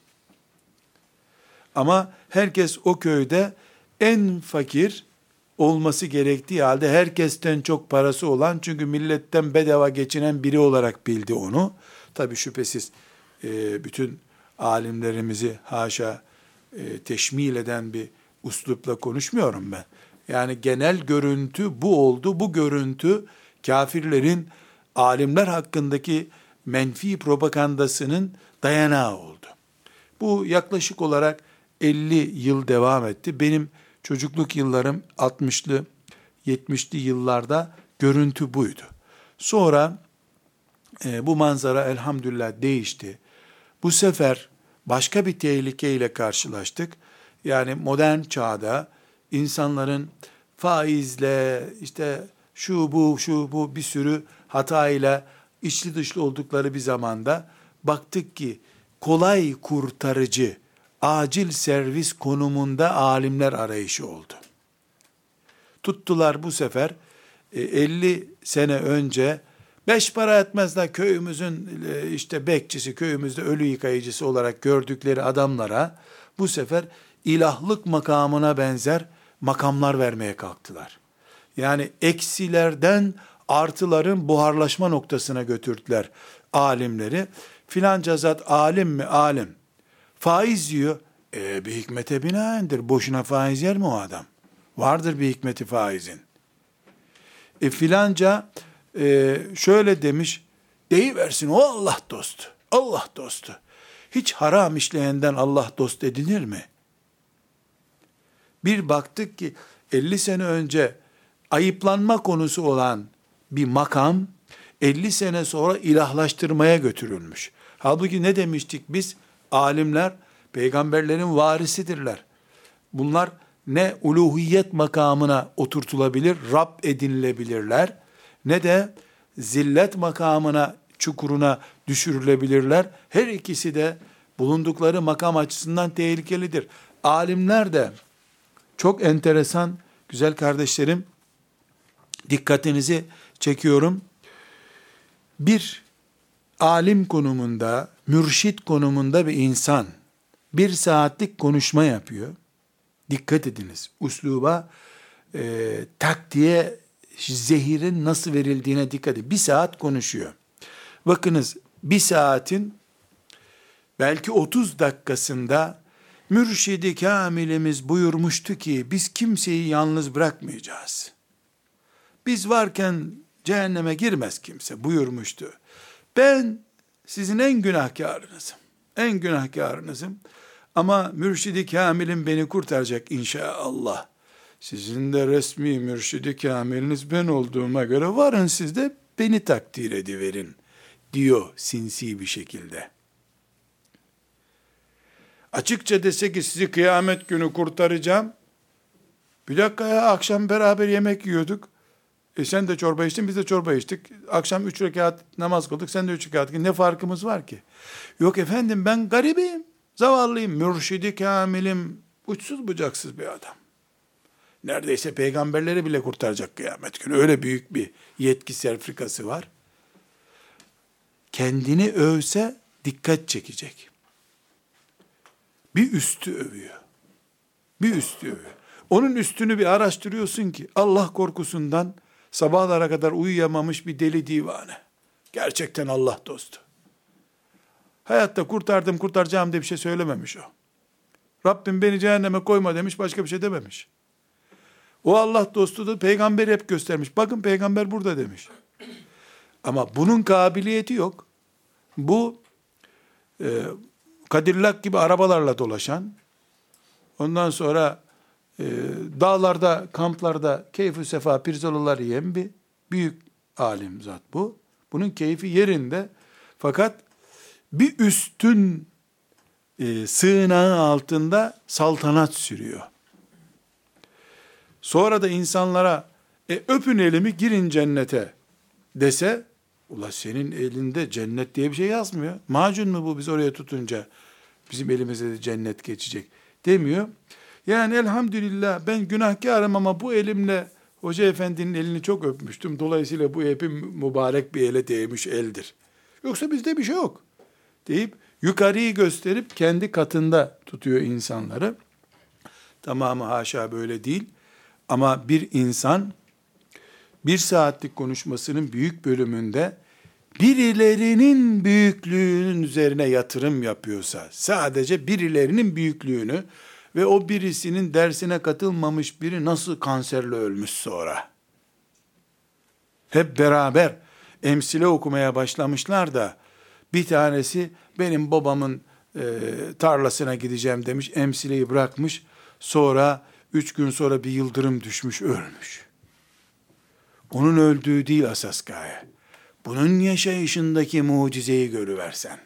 Ama herkes o köyde en fakir olması gerektiği halde herkesten çok parası olan, çünkü milletten bedava geçinen biri olarak bildi onu. Tabii şüphesiz e, bütün alimlerimizi haşa e, teşmil eden bir üslupla konuşmuyorum ben. Yani genel görüntü bu oldu. Bu görüntü kafirlerin alimler hakkındaki menfi propagandasının dayanağı oldu. Bu yaklaşık olarak elli yıl devam etti. Benim çocukluk yıllarım altmışlı, yetmişli yıllarda görüntü buydu. Sonra e, bu manzara elhamdülillah değişti. Bu sefer başka bir tehlikeyle karşılaştık. Yani modern çağda insanların faizle, işte şu bu şu bu bir sürü hatayla içli dışlı oldukları bir zamanda baktık ki kolay kurtarıcı, acil servis konumunda alimler arayışı oldu. Tuttular bu sefer elli sene önce beş para etmez de köyümüzün işte bekçisi, köyümüzde ölü yıkayıcısı olarak gördükleri adamlara bu sefer ilahlık makamına benzer makamlar vermeye kalktılar. Yani eksilerden artıların buharlaşma noktasına götürdüler alimleri. Filanca zat alim mi? Alim. Faiz yiyor. E, bir hikmete binaendir. Boşuna faiz yer mi o adam? Vardır bir hikmeti faizin. E filanca e, şöyle demiş, deyiversin o Allah dostu. Allah dostu. Hiç haram işleyenden Allah dost edinir mi? Bir baktık ki elli sene önce ayıplanma konusu olan bir makam elli sene sonra ilahlaştırmaya götürülmüş. Halbuki ne demiştik biz? Alimler peygamberlerin varisidirler. Bunlar ne uluhiyet makamına oturtulabilir, Rab edinilebilirler, ne de zillet makamına, çukuruna düşürülebilirler. Her ikisi de bulundukları makam açısından tehlikelidir. Alimler de çok enteresan, güzel kardeşlerim, dikkatinizi çekiyorum. Bir alim konumunda, mürşit konumunda bir insan bir saatlik konuşma yapıyor. Dikkat ediniz, üsluba, e, taktiğe, zehirin nasıl verildiğine dikkat edin. Bir saat konuşuyor. Bakınız, bir saatin belki otuz dakikasında Mürşid-i Kamilimiz buyurmuştu ki biz kimseyi yalnız bırakmayacağız. Biz varken cehenneme girmez kimse buyurmuştu. Ben sizin en günahkarınızım. En günahkarınızım. Ama Mürşid-i Kamil'im beni kurtaracak inşallah. Sizin de resmi Mürşid-i Kamil'iniz ben olduğuma göre varın siz de beni takdir ediverin diyor sinsi bir şekilde. Açıkça dese ki sizi kıyamet günü kurtaracağım. Bir dakika ya, akşam beraber yemek yiyorduk. E sen de çorba içtin, biz de çorba içtik. Akşam üç rekat namaz kıldık, sen de üç rekat. Ne farkımız var ki? Yok efendim, ben garibim, zavallıyım. Mürşid-i Kamil'im uçsuz bucaksız bir adam. Neredeyse peygamberleri bile kurtaracak kıyamet günü. Öyle büyük bir yetki sertifikası var. Kendini övse dikkat çekecek. Bir üstü övüyor. Bir üstü övüyor. Onun üstünü bir araştırıyorsun ki Allah korkusundan sabahlara kadar uyuyamamış bir deli divane. Gerçekten Allah dostu. Hayatta kurtardım kurtaracağım diye bir şey söylememiş o. Rabbim beni cehenneme koyma demiş, başka bir şey dememiş. O Allah dostu da peygamberi hep göstermiş. Bakın peygamber burada demiş. Ama bunun kabiliyeti yok. Bu e, Cadillac gibi arabalarla dolaşan, ondan sonra e, dağlarda, kamplarda keyfi sefa pirzolalar yiyen bir büyük alim zat bu. Bunun keyfi yerinde. Fakat bir üstün e, sığınağı altında saltanat sürüyor. Sonra da insanlara e, öpün elimi girin cennete dese, ula senin elinde cennet diye bir şey yazmıyor. Macun mu bu, biz oraya tutunca bizim elimize de cennet geçecek demiyor. Yani elhamdülillah ben günahkarım ama bu elimle hoca efendinin elini çok öpmüştüm. Dolayısıyla bu hepim mübarek bir ele değmiş eldir. Yoksa bizde bir şey yok deyip yukarıyı gösterip kendi katında tutuyor insanları. Tamamı haşa böyle değil. Ama bir insan bir saatlik konuşmasının büyük bölümünde birilerinin büyüklüğünün üzerine yatırım yapıyorsa, sadece birilerinin büyüklüğünü ve o birisinin dersine katılmamış biri nasıl kanserle ölmüş sonra, hep beraber emsile okumaya başlamışlar da bir tanesi benim babamın e, tarlasına gideceğim demiş, emsileyi bırakmış, sonra üç gün sonra bir yıldırım düşmüş, ölmüş. Onun öldüğü değil asas gaye. Bunun yaşayışındaki mucizeyi görüversen.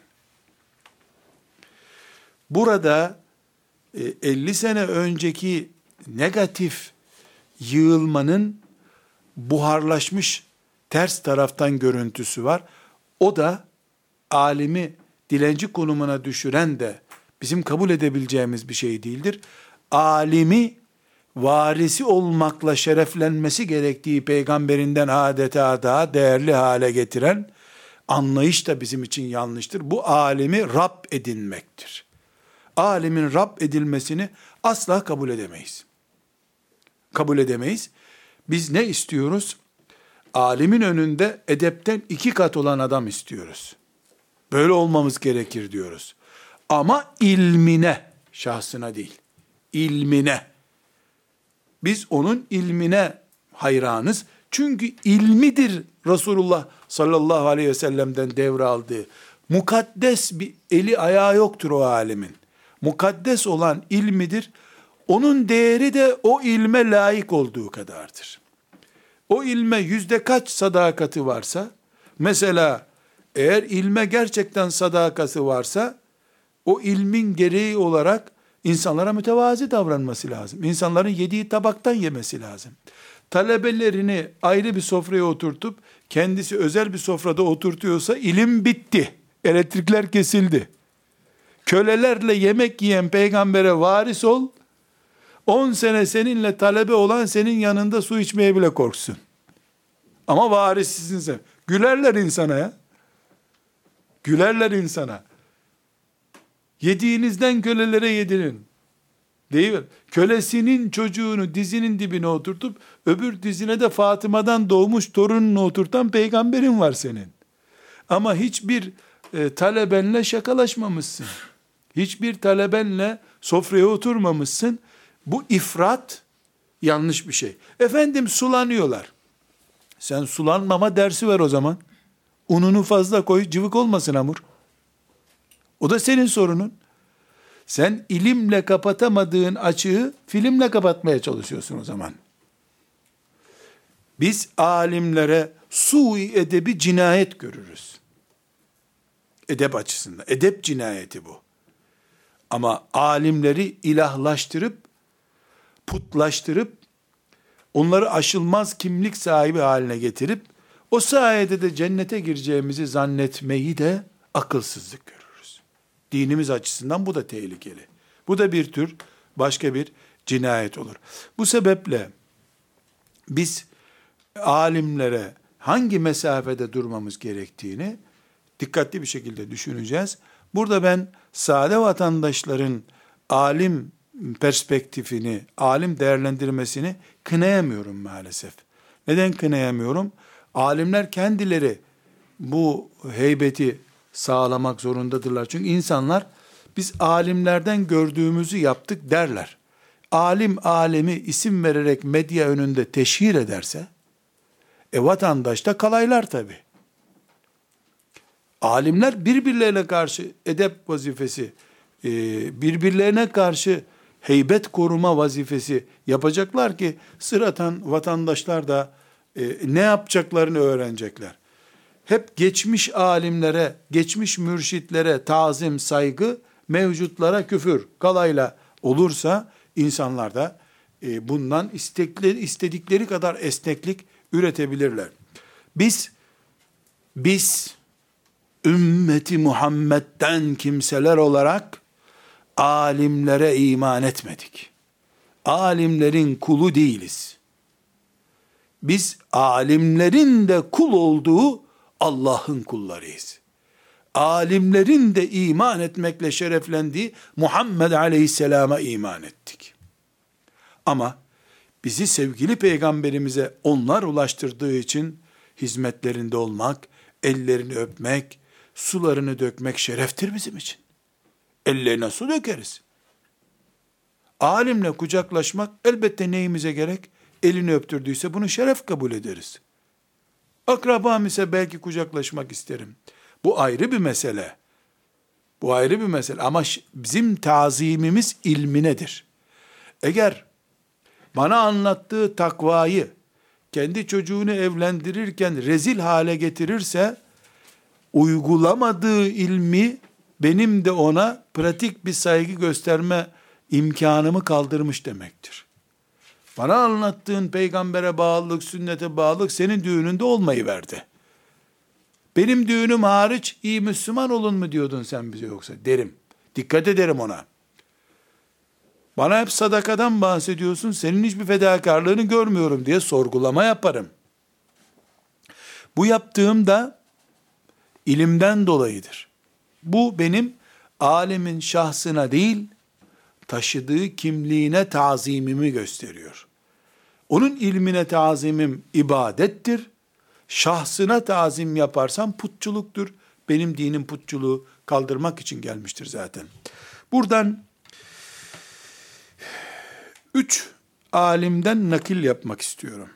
Burada elli sene önceki negatif yığılmanın buharlaşmış ters taraftan görüntüsü var. O da alimi dilenci konumuna düşüren de bizim kabul edebileceğimiz bir şey değildir. Alimi varisi olmakla şereflenmesi gerektiği peygamberinden adeta daha değerli hale getiren anlayış da bizim için yanlıştır. Bu alimi Rab edinmektir. Alimin Rab edilmesini asla kabul edemeyiz. Kabul edemeyiz. Biz ne istiyoruz? Alimin önünde edepten iki kat olan adam istiyoruz. Böyle olmamız gerekir diyoruz. Ama ilmine, şahsına değil, ilmine. Biz onun ilmine hayranız. Çünkü ilmidir Resulullah sallallahu aleyhi ve sellem'den devraldığı. Mukaddes bir eli ayağı yoktur o alimin. Mukaddes olan ilmidir. Onun değeri de o ilme layık olduğu kadardır. O ilme yüzde kaç sadakati varsa, mesela eğer ilme gerçekten sadakati varsa, o ilmin gereği olarak insanlara mütevazi davranması lazım. İnsanların yediği tabaktan yemesi lazım. Talebelerini ayrı bir sofraya oturtup, kendisi özel bir sofrada oturtuyorsa, ilim bitti. Elektrikler kesildi. Kölelerle yemek yiyen peygambere varis ol, on sene seninle talebe olan senin yanında su içmeye bile korksun. Ama varissizsin sen. Gülerler insana ya. Gülerler insana. Yediğinizden kölelere yedirin. Değil mi? Kölesinin çocuğunu dizinin dibine oturtup, öbür dizine de Fatıma'dan doğmuş torununu oturtan peygamberin var senin. Ama hiçbir e, talebenle şakalaşmamışsın. Hiçbir talebenle sofraya oturmamışsın. Bu ifrat yanlış bir şey. Efendim sulanıyorlar. Sen sulanmama dersi ver o zaman. Ununu fazla koy, cıvık olmasın hamur. O da senin sorunun. Sen ilimle kapatamadığın açığı filmle kapatmaya çalışıyorsun o zaman. Biz alimlere sui edebi cinayet görürüz. Edep açısından. Edep cinayeti bu. Ama alimleri ilahlaştırıp, putlaştırıp, onları aşılmaz kimlik sahibi haline getirip, o sayede de cennete gireceğimizi zannetmeyi de akılsızlık görürüz. Dinimiz açısından bu da tehlikeli. Bu da bir tür başka bir cinayet olur. Bu sebeple biz alimlere hangi mesafede durmamız gerektiğini dikkatli bir şekilde düşüneceğiz. Burada ben sade vatandaşların alim perspektifini, alim değerlendirmesini kınayamıyorum maalesef. Neden kınayamıyorum? Alimler kendileri bu heybeti sağlamak zorundadırlar. Çünkü insanlar biz alimlerden gördüğümüzü yaptık derler. Alim alemi isim vererek medya önünde teşhir ederse, e vatandaş da kalaylar tabii. Alimler birbirlerine karşı edep vazifesi, birbirlerine karşı heybet koruma vazifesi yapacaklar ki sıratan vatandaşlar da e, ne yapacaklarını öğrenecekler. Hep geçmiş alimlere, geçmiş mürşitlere tazim, saygı, mevcutlara küfür, kalayla olursa insanlar da e, bundan istekleri, istedikleri kadar esneklik üretebilirler. Biz, biz ümmeti Muhammed'den kimseler olarak alimlere iman etmedik. Alimlerin kulu değiliz. Biz alimlerin de kul olduğu Allah'ın kullarıyız. Alimlerin de iman etmekle şereflendiği Muhammed Aleyhisselam'a iman ettik. Ama bizi sevgili peygamberimize onlar ulaştırdığı için hizmetlerinde olmak, ellerini öpmek, sularını dökmek şereftir bizim için. Ellerine su dökeriz. Alimle kucaklaşmak elbette neyimize gerek? Elini öptürdüyse bunu şeref kabul ederiz. Akrabam ise belki kucaklaşmak isterim. Bu ayrı bir mesele. Bu ayrı bir mesele ama bizim tazimimiz ilminedir. Eğer bana anlattığı takvayı kendi çocuğunu evlendirirken rezil hale getirirse, uygulamadığı ilmi benim de ona pratik bir saygı gösterme imkanımı kaldırmış demektir. Bana anlattığın peygambere bağlılık, sünnete bağlılık senin düğününde olmayı verdi. Benim düğünüm hariç iyi Müslüman olun mu diyordun sen bize yoksa derim. Dikkat ederim ona. Bana hep sadakadan bahsediyorsun, senin hiçbir fedakarlığını görmüyorum diye sorgulama yaparım. Bu yaptığım da ilimden dolayıdır. Bu benim alemin şahsına değil, taşıdığı kimliğine tazimimi gösteriyor. Onun ilmine tazimim ibadettir. Şahsına tazim yaparsam putçuluktur. Benim dinim putçuluğu kaldırmak için gelmiştir zaten. Buradan üç alimden nakil yapmak istiyorum.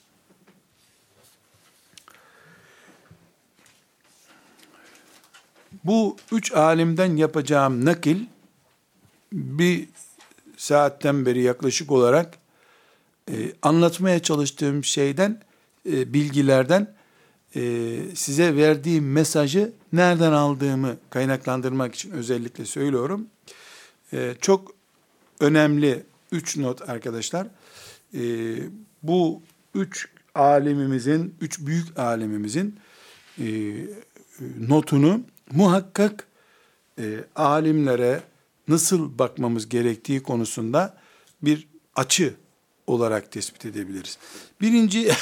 Bu üç alimden yapacağım nakil, bir saatten beri yaklaşık olarak e, anlatmaya çalıştığım şeyden, e, bilgilerden e, size verdiğim mesajı nereden aldığımı kaynaklandırmak için özellikle söylüyorum. E, çok önemli üç not arkadaşlar. E, bu üç alimimizin, üç büyük alimimizin e, notunu muhakkak e, alimlere nasıl bakmamız gerektiği konusunda bir açı olarak tespit edebiliriz. Birinci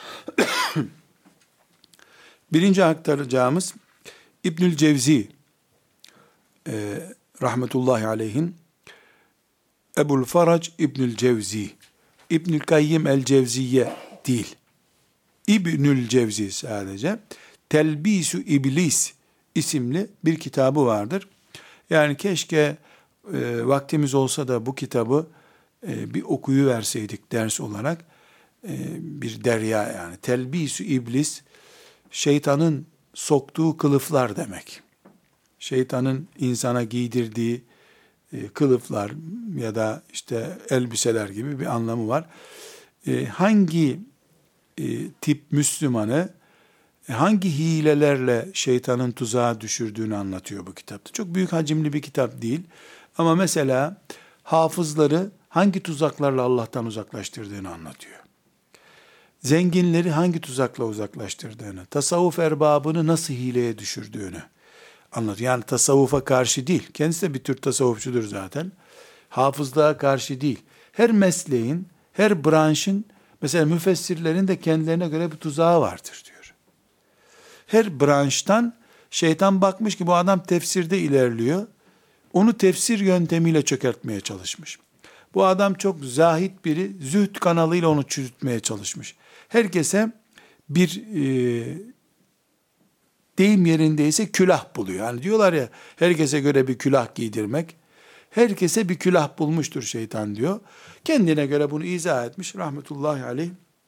birinci aktaracağımız İbnül Cevzi e, rahmetullahi aleyhin, Ebul Farac İbnül Cevzi, İbnül Kayyim el Cevziye değil, İbnül Cevzi sadece, Telbisu İblis isimli bir kitabı vardır. Yani keşke e, vaktimiz olsa da bu kitabı e, bir okuyu verseydik ders olarak. E, bir derya yani. Telbisü iblis, şeytanın soktuğu kılıflar demek. Şeytanın insana giydirdiği e, kılıflar ya da işte elbiseler gibi bir anlamı var. E, hangi e, tip Müslümanı hangi hilelerle şeytanın tuzağa düşürdüğünü anlatıyor bu kitapta. Çok büyük hacimli bir kitap değil. Ama mesela hafızları hangi tuzaklarla Allah'tan uzaklaştırdığını anlatıyor. Zenginleri hangi tuzakla uzaklaştırdığını, tasavvuf erbabını nasıl hileye düşürdüğünü anlatıyor. Yani tasavvufa karşı değil. Kendisi de bir tür tasavvufçudur zaten. Hafızlığa karşı değil. Her mesleğin, her branşın, mesela müfessirlerin de kendilerine göre bir tuzağı vardır diyor. Her branştan şeytan bakmış ki bu adam tefsirde ilerliyor. Onu tefsir yöntemiyle çökertmeye çalışmış. Bu adam çok zahit biri, zühd kanalıyla onu çürütmeye çalışmış. Herkese bir e, deyim yerindeyse külah buluyor. Yani diyorlar ya, herkese göre bir külah giydirmek. Herkese bir külah bulmuştur şeytan diyor. Kendine göre bunu izah etmiş rahmetullahi aleyh.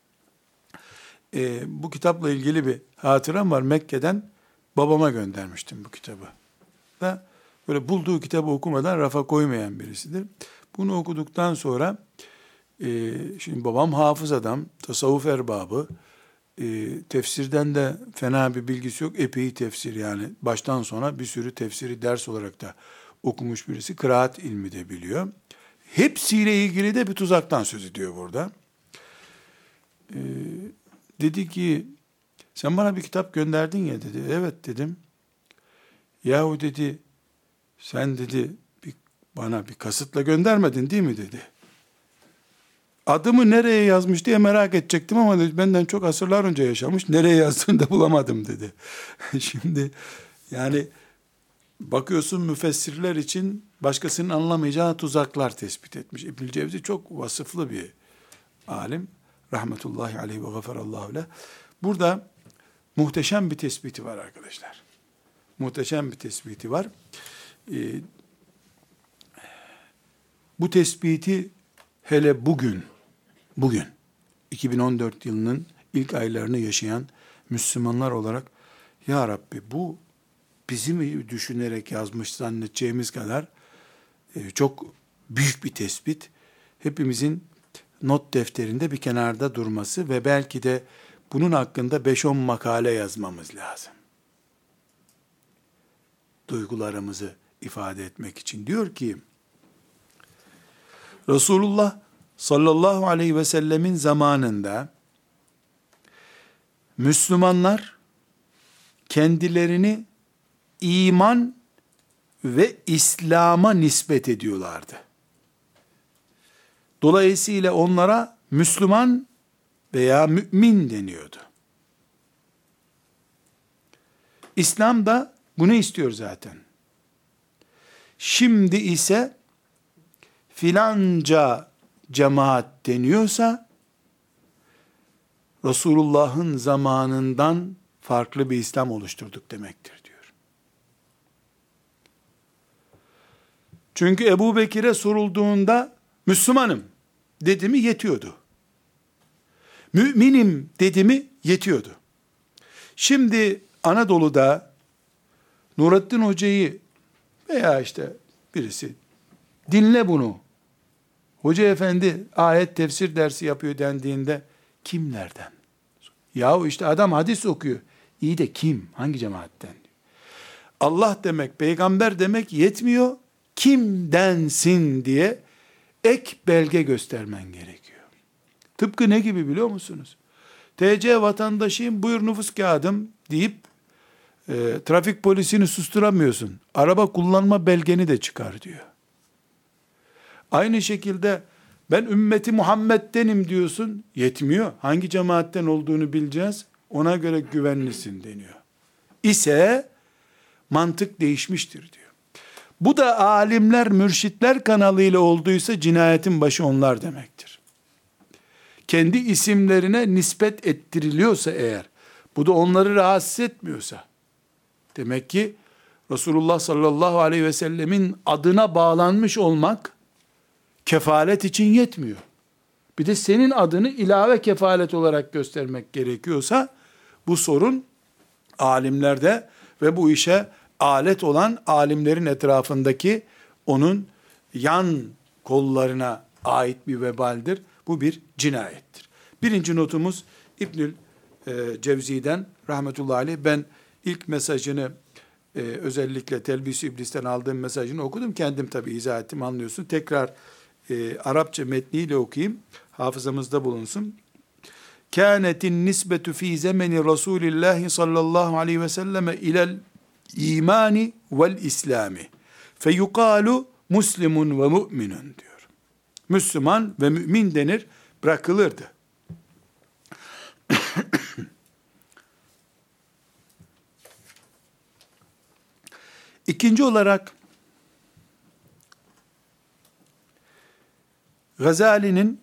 E, bu kitapla ilgili bir hatıram var. Mekke'den babama göndermiştim bu kitabı. Da böyle bulduğu kitabı okumadan rafa koymayan birisidir. Bunu okuduktan sonra e, şimdi babam hafız adam, tasavvuf erbabı, e, tefsirden de fena bir bilgisi yok. Epey tefsir, yani baştan sona bir sürü tefsiri ders olarak da okumuş birisi. Kıraat ilmi de biliyor. Hepsiyle ilgili de bir tuzaktan söz ediyor burada. E, dedi ki, sen bana bir kitap gönderdin ya dedi. Evet dedim. Yahu dedi, sen dedi bir, bana bir kasıtla göndermedin değil mi dedi. Adımı nereye yazmış diye merak edecektim ama dedi, benden çok asırlar önce yaşamış. Nereye yazdığını da bulamadım dedi. Şimdi yani bakıyorsun müfessirler için başkasının anlamayacağı tuzaklar tespit etmiş. İbnül Cevzi çok vasıflı bir alim. Rahmetullahi aleyhi ve gafarallahu leh. Burada muhteşem bir tespiti var arkadaşlar. Muhteşem bir tespiti var. Ee, bu tespiti hele bugün, bugün iki bin on dört yılının ilk aylarını yaşayan Müslümanlar olarak, ya Rabbi bu bizi mi düşünerek yazmış zannedeceğimiz kadar e, çok büyük bir tespit. Hepimizin not defterinde bir kenarda durması ve belki de bunun hakkında beş on makale yazmamız lazım. Duygularımızı ifade etmek için. Diyor ki, Resulullah sallallahu aleyhi ve sellemin zamanında Müslümanlar kendilerini iman ve İslam'a nispet ediyorlardı. Dolayısıyla onlara Müslüman veya mümin deniyordu. İslam da bunu istiyor zaten. Şimdi ise filanca cemaat deniyorsa Resulullah'ın zamanından farklı bir İslam oluşturduk demektir diyor. Çünkü Ebu Bekir'e sorulduğunda Müslümanım dedi mi yetiyordu. Müminim dedi mi yetiyordu. Şimdi Anadolu'da Nurettin Hoca'yı veya işte birisi dinle bunu, hoca efendi ayet tefsir dersi yapıyor dendiğinde kimlerden? Yahu işte adam hadis okuyor. İyi de kim? Hangi cemaatten? Allah demek, peygamber demek yetmiyor. Kimdensin diye ek belge göstermen gerekiyor. Tıpkı ne gibi biliyor musunuz? T C vatandaşıyım, buyur nüfus kağıdım deyip e, trafik polisini susturamıyorsun. Araba kullanma belgeni de çıkar diyor. Aynı şekilde ben ümmeti Muhammed'denim diyorsun, yetmiyor. Hangi cemaatten olduğunu bileceğiz, ona göre güvenlisin deniyor. İse mantık değişmiştir diyor. Bu da alimler, mürşitler kanalıyla olduysa cinayetin başı onlar demektir. Kendi isimlerine nispet ettiriliyorsa eğer, bu da onları rahatsız etmiyorsa, demek ki Resulullah sallallahu aleyhi ve sellemin adına bağlanmış olmak, kefalet için yetmiyor. Bir de senin adını ilave kefalet olarak göstermek gerekiyorsa, bu sorun alimlerde ve bu işe alet olan alimlerin etrafındaki onun yan kollarına ait bir vebaldir. Bu bir cinayettir. Birinci notumuz İbnül e, Cevzi'den rahmetullahi aleyh. Ben ilk mesajını e, özellikle Telbis-i İblis'ten aldığım mesajını okudum. Kendim tabi izah ettim, anlıyorsun. Tekrar e, Arapça metniyle okuyayım. Hafızamızda bulunsun. Kânetin nisbetu fî zemeni Resulillahi sallallahu aleyhi ve selleme ilel imani vel islami feyukalu muslimun ve mu'minun diyor. Müslüman ve mümin denir, bırakılırdı. İkinci olarak Gazali'nin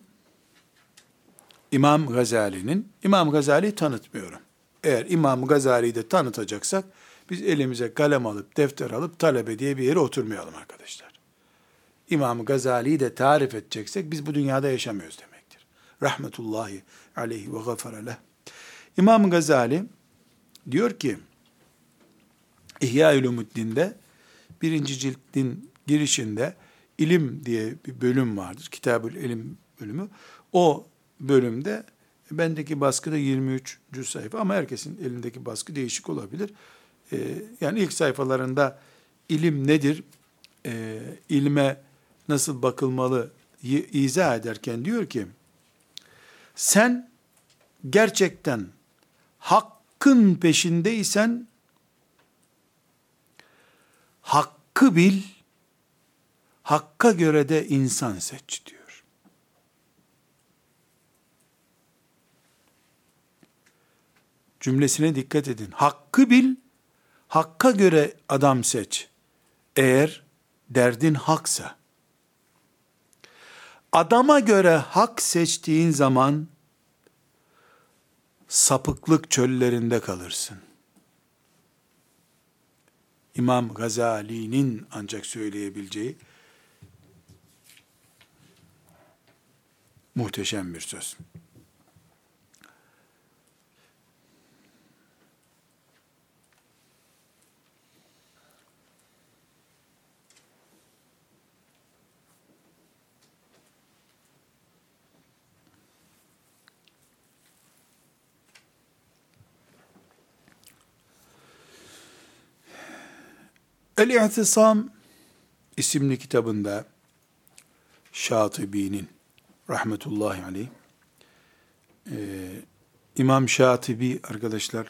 İmam Gazali'nin İmam Gazali'yi tanıtmıyorum. Eğer İmam Gazali'yi de tanıtacaksak biz elimize kalem alıp defter alıp talebe diye bir yere oturmayalım arkadaşlar. İmam Gazali'yi de tarif edeceksek biz bu dünyada yaşamıyoruz demektir. Rahmetullahi aleyhi ve gafara leh. İmam Gazali diyor ki İhya-ül Umuddin'de birinci cildin girişinde İlim diye bir bölüm vardır. Kitab-ül İlim bölümü. O bölümde bendeki baskıda yirmi üçüncü sayfa ama herkesin elindeki baskı değişik olabilir. Ee, yani ilk sayfalarında ilim nedir, e, ilme nasıl bakılmalı izah ederken diyor ki, sen gerçekten hakkın peşindeysen hakkı bil, hakka göre de insan seç diyor. Cümlesine dikkat edin. Hakkı bil, hakka göre adam seç. Eğer derdin haksa. Adama göre hak seçtiğin zaman sapıklık çöllerinde kalırsın. İmam Gazali'nin ancak söyleyebileceği muhteşem bir söz. El-İ'tisam isimli kitabında Şatibi'nin rahmetullahi aleyh, e, İmam Şatibi arkadaşlar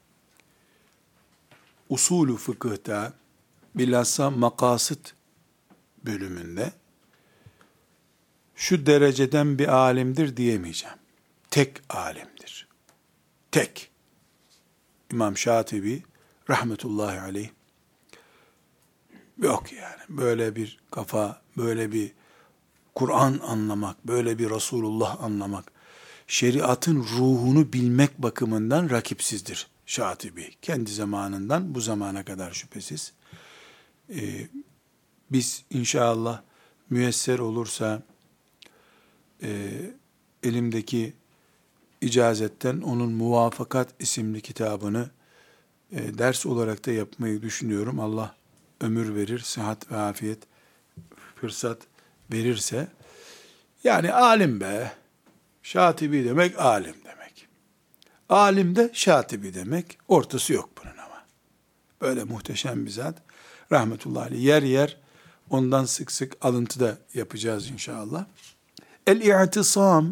usulü fıkıhta bilhassa makasıt bölümünde şu dereceden bir alimdir diyemeyeceğim. Tek alimdir. Tek. İmam Şatibi rahmetullahi aleyh. Yok yani böyle bir kafa, böyle bir Kur'an anlamak, böyle bir Resulullah anlamak, şeriatın ruhunu bilmek bakımından rakipsizdir Şatibi. Kendi zamanından bu zamana kadar şüphesiz. Ee, biz inşallah müyesser olursa e, elimdeki icazetten onun Muvafakat isimli kitabını e, ders olarak da yapmayı düşünüyorum. Allah ömür verir, sıhhat ve afiyet, fırsat verirse. Yani alim be, Şatibi demek alim demek. Alim de Şatibi demek, ortası yok bunun ama. Böyle muhteşem bir zat. Rahmetullahi aleyh. Yer yer ondan sık sık alıntı da yapacağız inşallah. El-İ'tisam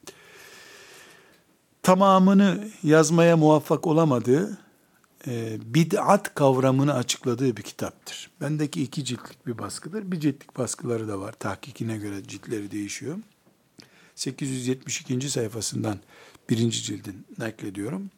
tamamını yazmaya muvaffak olamadığı e, bid'at kavramını açıkladığı bir kitaptır. Bendeki iki ciltlik bir baskıdır. Bir ciltlik baskıları da var. Tahkikine göre ciltleri değişiyor. sekiz yüz yetmiş ikinci sayfasından birinci cildin naklediyorum.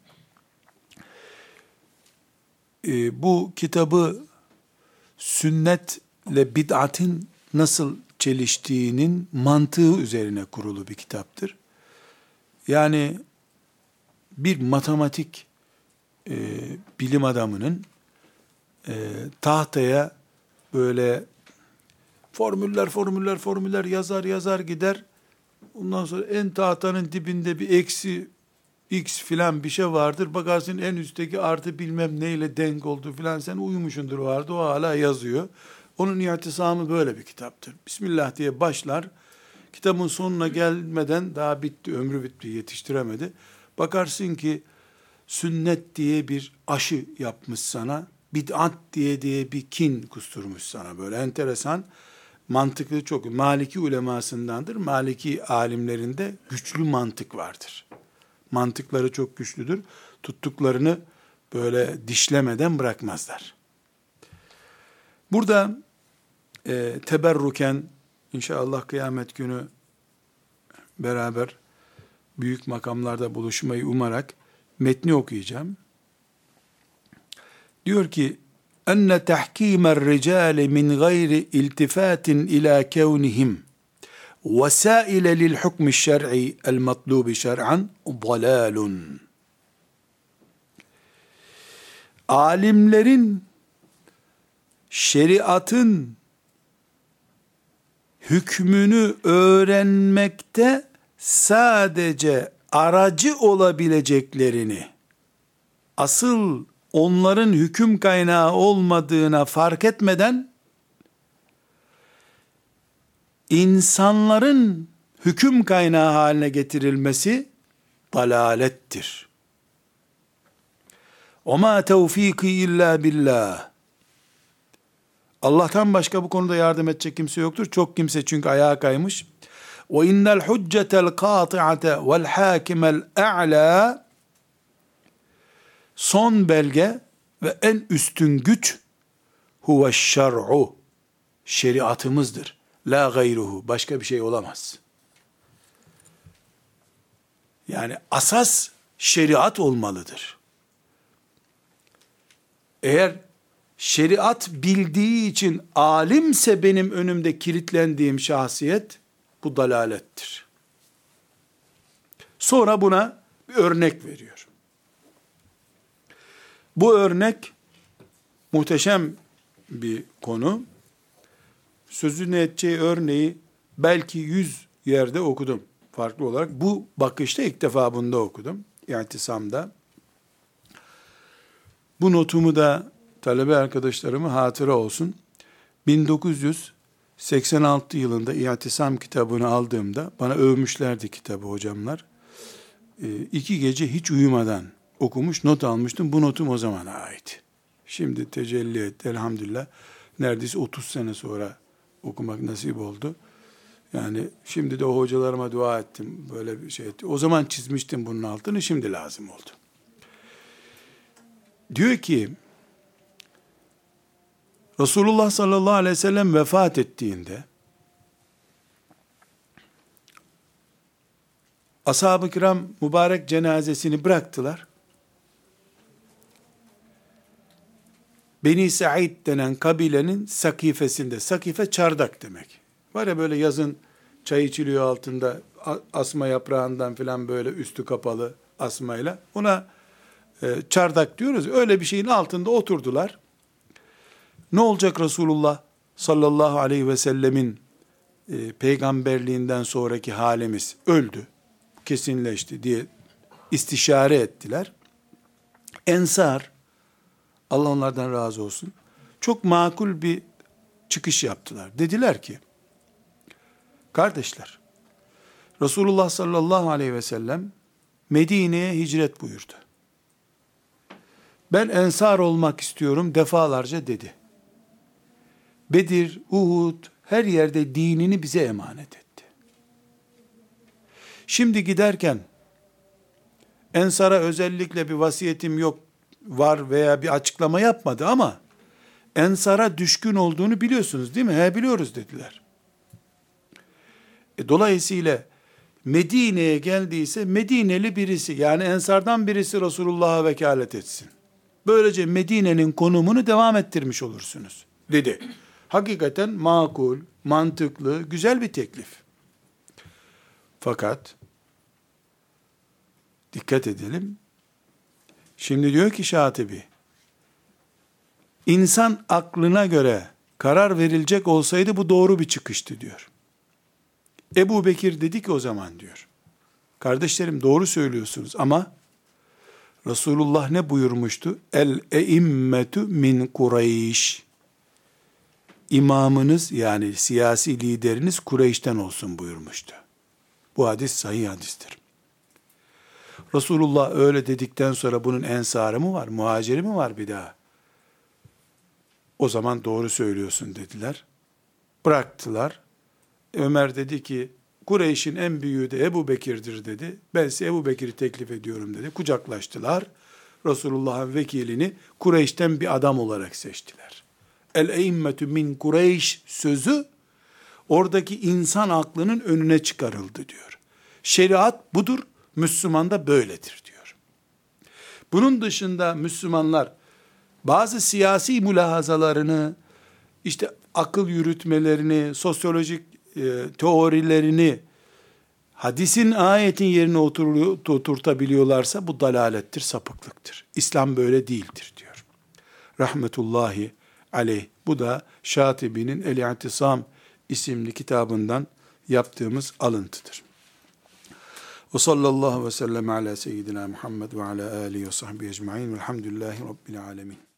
E, bu kitabı sünnetle bid'atin nasıl çeliştiğinin mantığı üzerine kurulu bir kitaptır. Yani bir matematik e, bilim adamının e, tahtaya böyle formüller formüller formüller yazar yazar gider. Ondan sonra en tahtanın dibinde bir eksi x filan bir şey vardır. Bakarsın en üstteki artı bilmem neyle denk oldu filan, sen uyumuşundur vardı, o hala yazıyor. Onun İ'tisamı böyle bir kitaptır. Bismillah diye başlar. Kitabın sonuna gelmeden daha bitti, ömrü bitti, yetiştiremedi. Bakarsın ki sünnet diye bir aşı yapmış sana, bid'at diye diye bir kin kusturmuş sana, böyle enteresan, mantıklı çok. Maliki ulemasındandır. Maliki alimlerinde güçlü mantık vardır. Mantıkları çok güçlüdür. Tuttuklarını böyle dişlemeden bırakmazlar. Burada e, teberruken inşallah kıyamet günü beraber büyük makamlarda buluşmayı umarak metni okuyacağım. Diyor ki enne tahkîmer ricâli min gayri iltifâtin ilâ kevnihim vesâile lil hukmi şer'i el matlûbi şer'an dalâlun. Alimlerin şeriatın hükmünü öğrenmekte sadece aracı olabileceklerini, asıl onların hüküm kaynağı olmadığına fark etmeden insanların hüküm kaynağı haline getirilmesi dalalettir. وَمَا تَوْف۪يقِ illa billah. Allah'tan başka bu konuda yardım edecek kimse yoktur. Çok kimse çünkü ayağa kaymış. وَاِنَّ الْحُجَّةَ الْقَاطِعَةَ وَالْحَاكِمَ الْاَعْلَى. Son belge ve en üstün güç huve şer'u, şeriatımızdır. La gayruhu, başka bir şey olamaz. Yani asas şeriat olmalıdır. Eğer şeriat bildiği için alimse benim önümde kilitlendiğim şahsiyet, bu dalalettir. Sonra buna bir örnek veriyor. Bu örnek muhteşem bir konu. Sözünü edeceği örneği belki yüz yerde okudum farklı olarak. Bu bakışta ilk defa bunda okudum. İ'tisamda. Bu notumu da talebe arkadaşlarıma hatıra olsun. bin dokuz yüz seksen altı yılında İ'tisam kitabını aldığımda bana övmüşlerdi kitabı hocamlar. E, iki gece hiç uyumadan okumuş, not almıştım. Bu notum o zamana ait. Şimdi tecelli etti elhamdülillah. Neredeyse otuz sene sonra okumak nasip oldu. Yani şimdi de o hocalarıma dua ettim. Böyle bir şey etti. O zaman çizmiştim bunun altını, şimdi lazım oldu. Diyor ki, Resulullah sallallahu aleyhi ve sellem vefat ettiğinde, ashab-ı kiram mübarek cenazesini bıraktılar. Beni Said denen kabilenin sakifesinde, sakife çardak demek. Var ya böyle yazın çay içiliyor altında, asma yaprağından filan böyle üstü kapalı asmayla. Ona e, çardak diyoruz. Öyle bir şeyin altında oturdular. Ne olacak Resulullah sallallahu aleyhi ve sellemin e, peygamberliğinden sonraki halimiz? Öldü, kesinleşti diye istişare ettiler. Ensar, Allah onlardan razı olsun, çok makul bir çıkış yaptılar. Dediler ki, kardeşler, Resulullah sallallahu aleyhi ve sellem Medine'ye hicret buyurdu. Ben ensar olmak istiyorum defalarca dedi. Bedir, Uhud, her yerde dinini bize emanet etti. Şimdi giderken, ensara özellikle bir vasiyetim yok, var veya bir açıklama yapmadı ama, ensara düşkün olduğunu biliyorsunuz değil mi? He, biliyoruz dediler. E, dolayısıyla Medine'ye geldiyse Medineli birisi, yani ensardan birisi Resulullah'a vekalet etsin. Böylece Medine'nin konumunu devam ettirmiş olursunuz dedi. Hakikaten makul, mantıklı, güzel bir teklif. Fakat dikkat edelim. Şimdi diyor ki Şatibi, insan aklına göre karar verilecek olsaydı bu doğru bir çıkıştı diyor. Ebu Bekir dedi ki o zaman diyor, kardeşlerim doğru söylüyorsunuz ama Resulullah ne buyurmuştu? El-eimmetu min Kureyş. İmamınız yani siyasi lideriniz Kureyş'ten olsun buyurmuştu. Bu hadis sahih hadistir. Resulullah öyle dedikten sonra bunun ensarı mı var, muhaciri mi var bir daha? O zaman doğru söylüyorsun dediler. Bıraktılar. Ömer dedi ki, Kureyş'in en büyüğü de Ebu Bekir'dir dedi. Ben size Ebu Bekir'i teklif ediyorum dedi. Kucaklaştılar. Resulullah'ın vekilini Kureyş'ten bir adam olarak seçtiler. El-eimmetü min Kureyş sözü, oradaki insan aklının önüne çıkarıldı diyor. Şeriat budur, Müslüman da böyledir diyor. Bunun dışında Müslümanlar bazı siyasi mülahazalarını, işte akıl yürütmelerini, sosyolojik e, teorilerini hadisin, ayetin yerine oturuyor, oturtabiliyorlarsa bu dalalettir, sapıklıktır. İslam böyle değildir diyor. Rahmetullahi aleyh. Bu da Şatibi'nin El-İ'tisam isimli kitabından yaptığımız alıntıdır. Ve sallallahu ve sellem ala seyyidina Muhammed ve ala alihi ve sahbihi ecma'in velhamdülillahi rabbil alemin.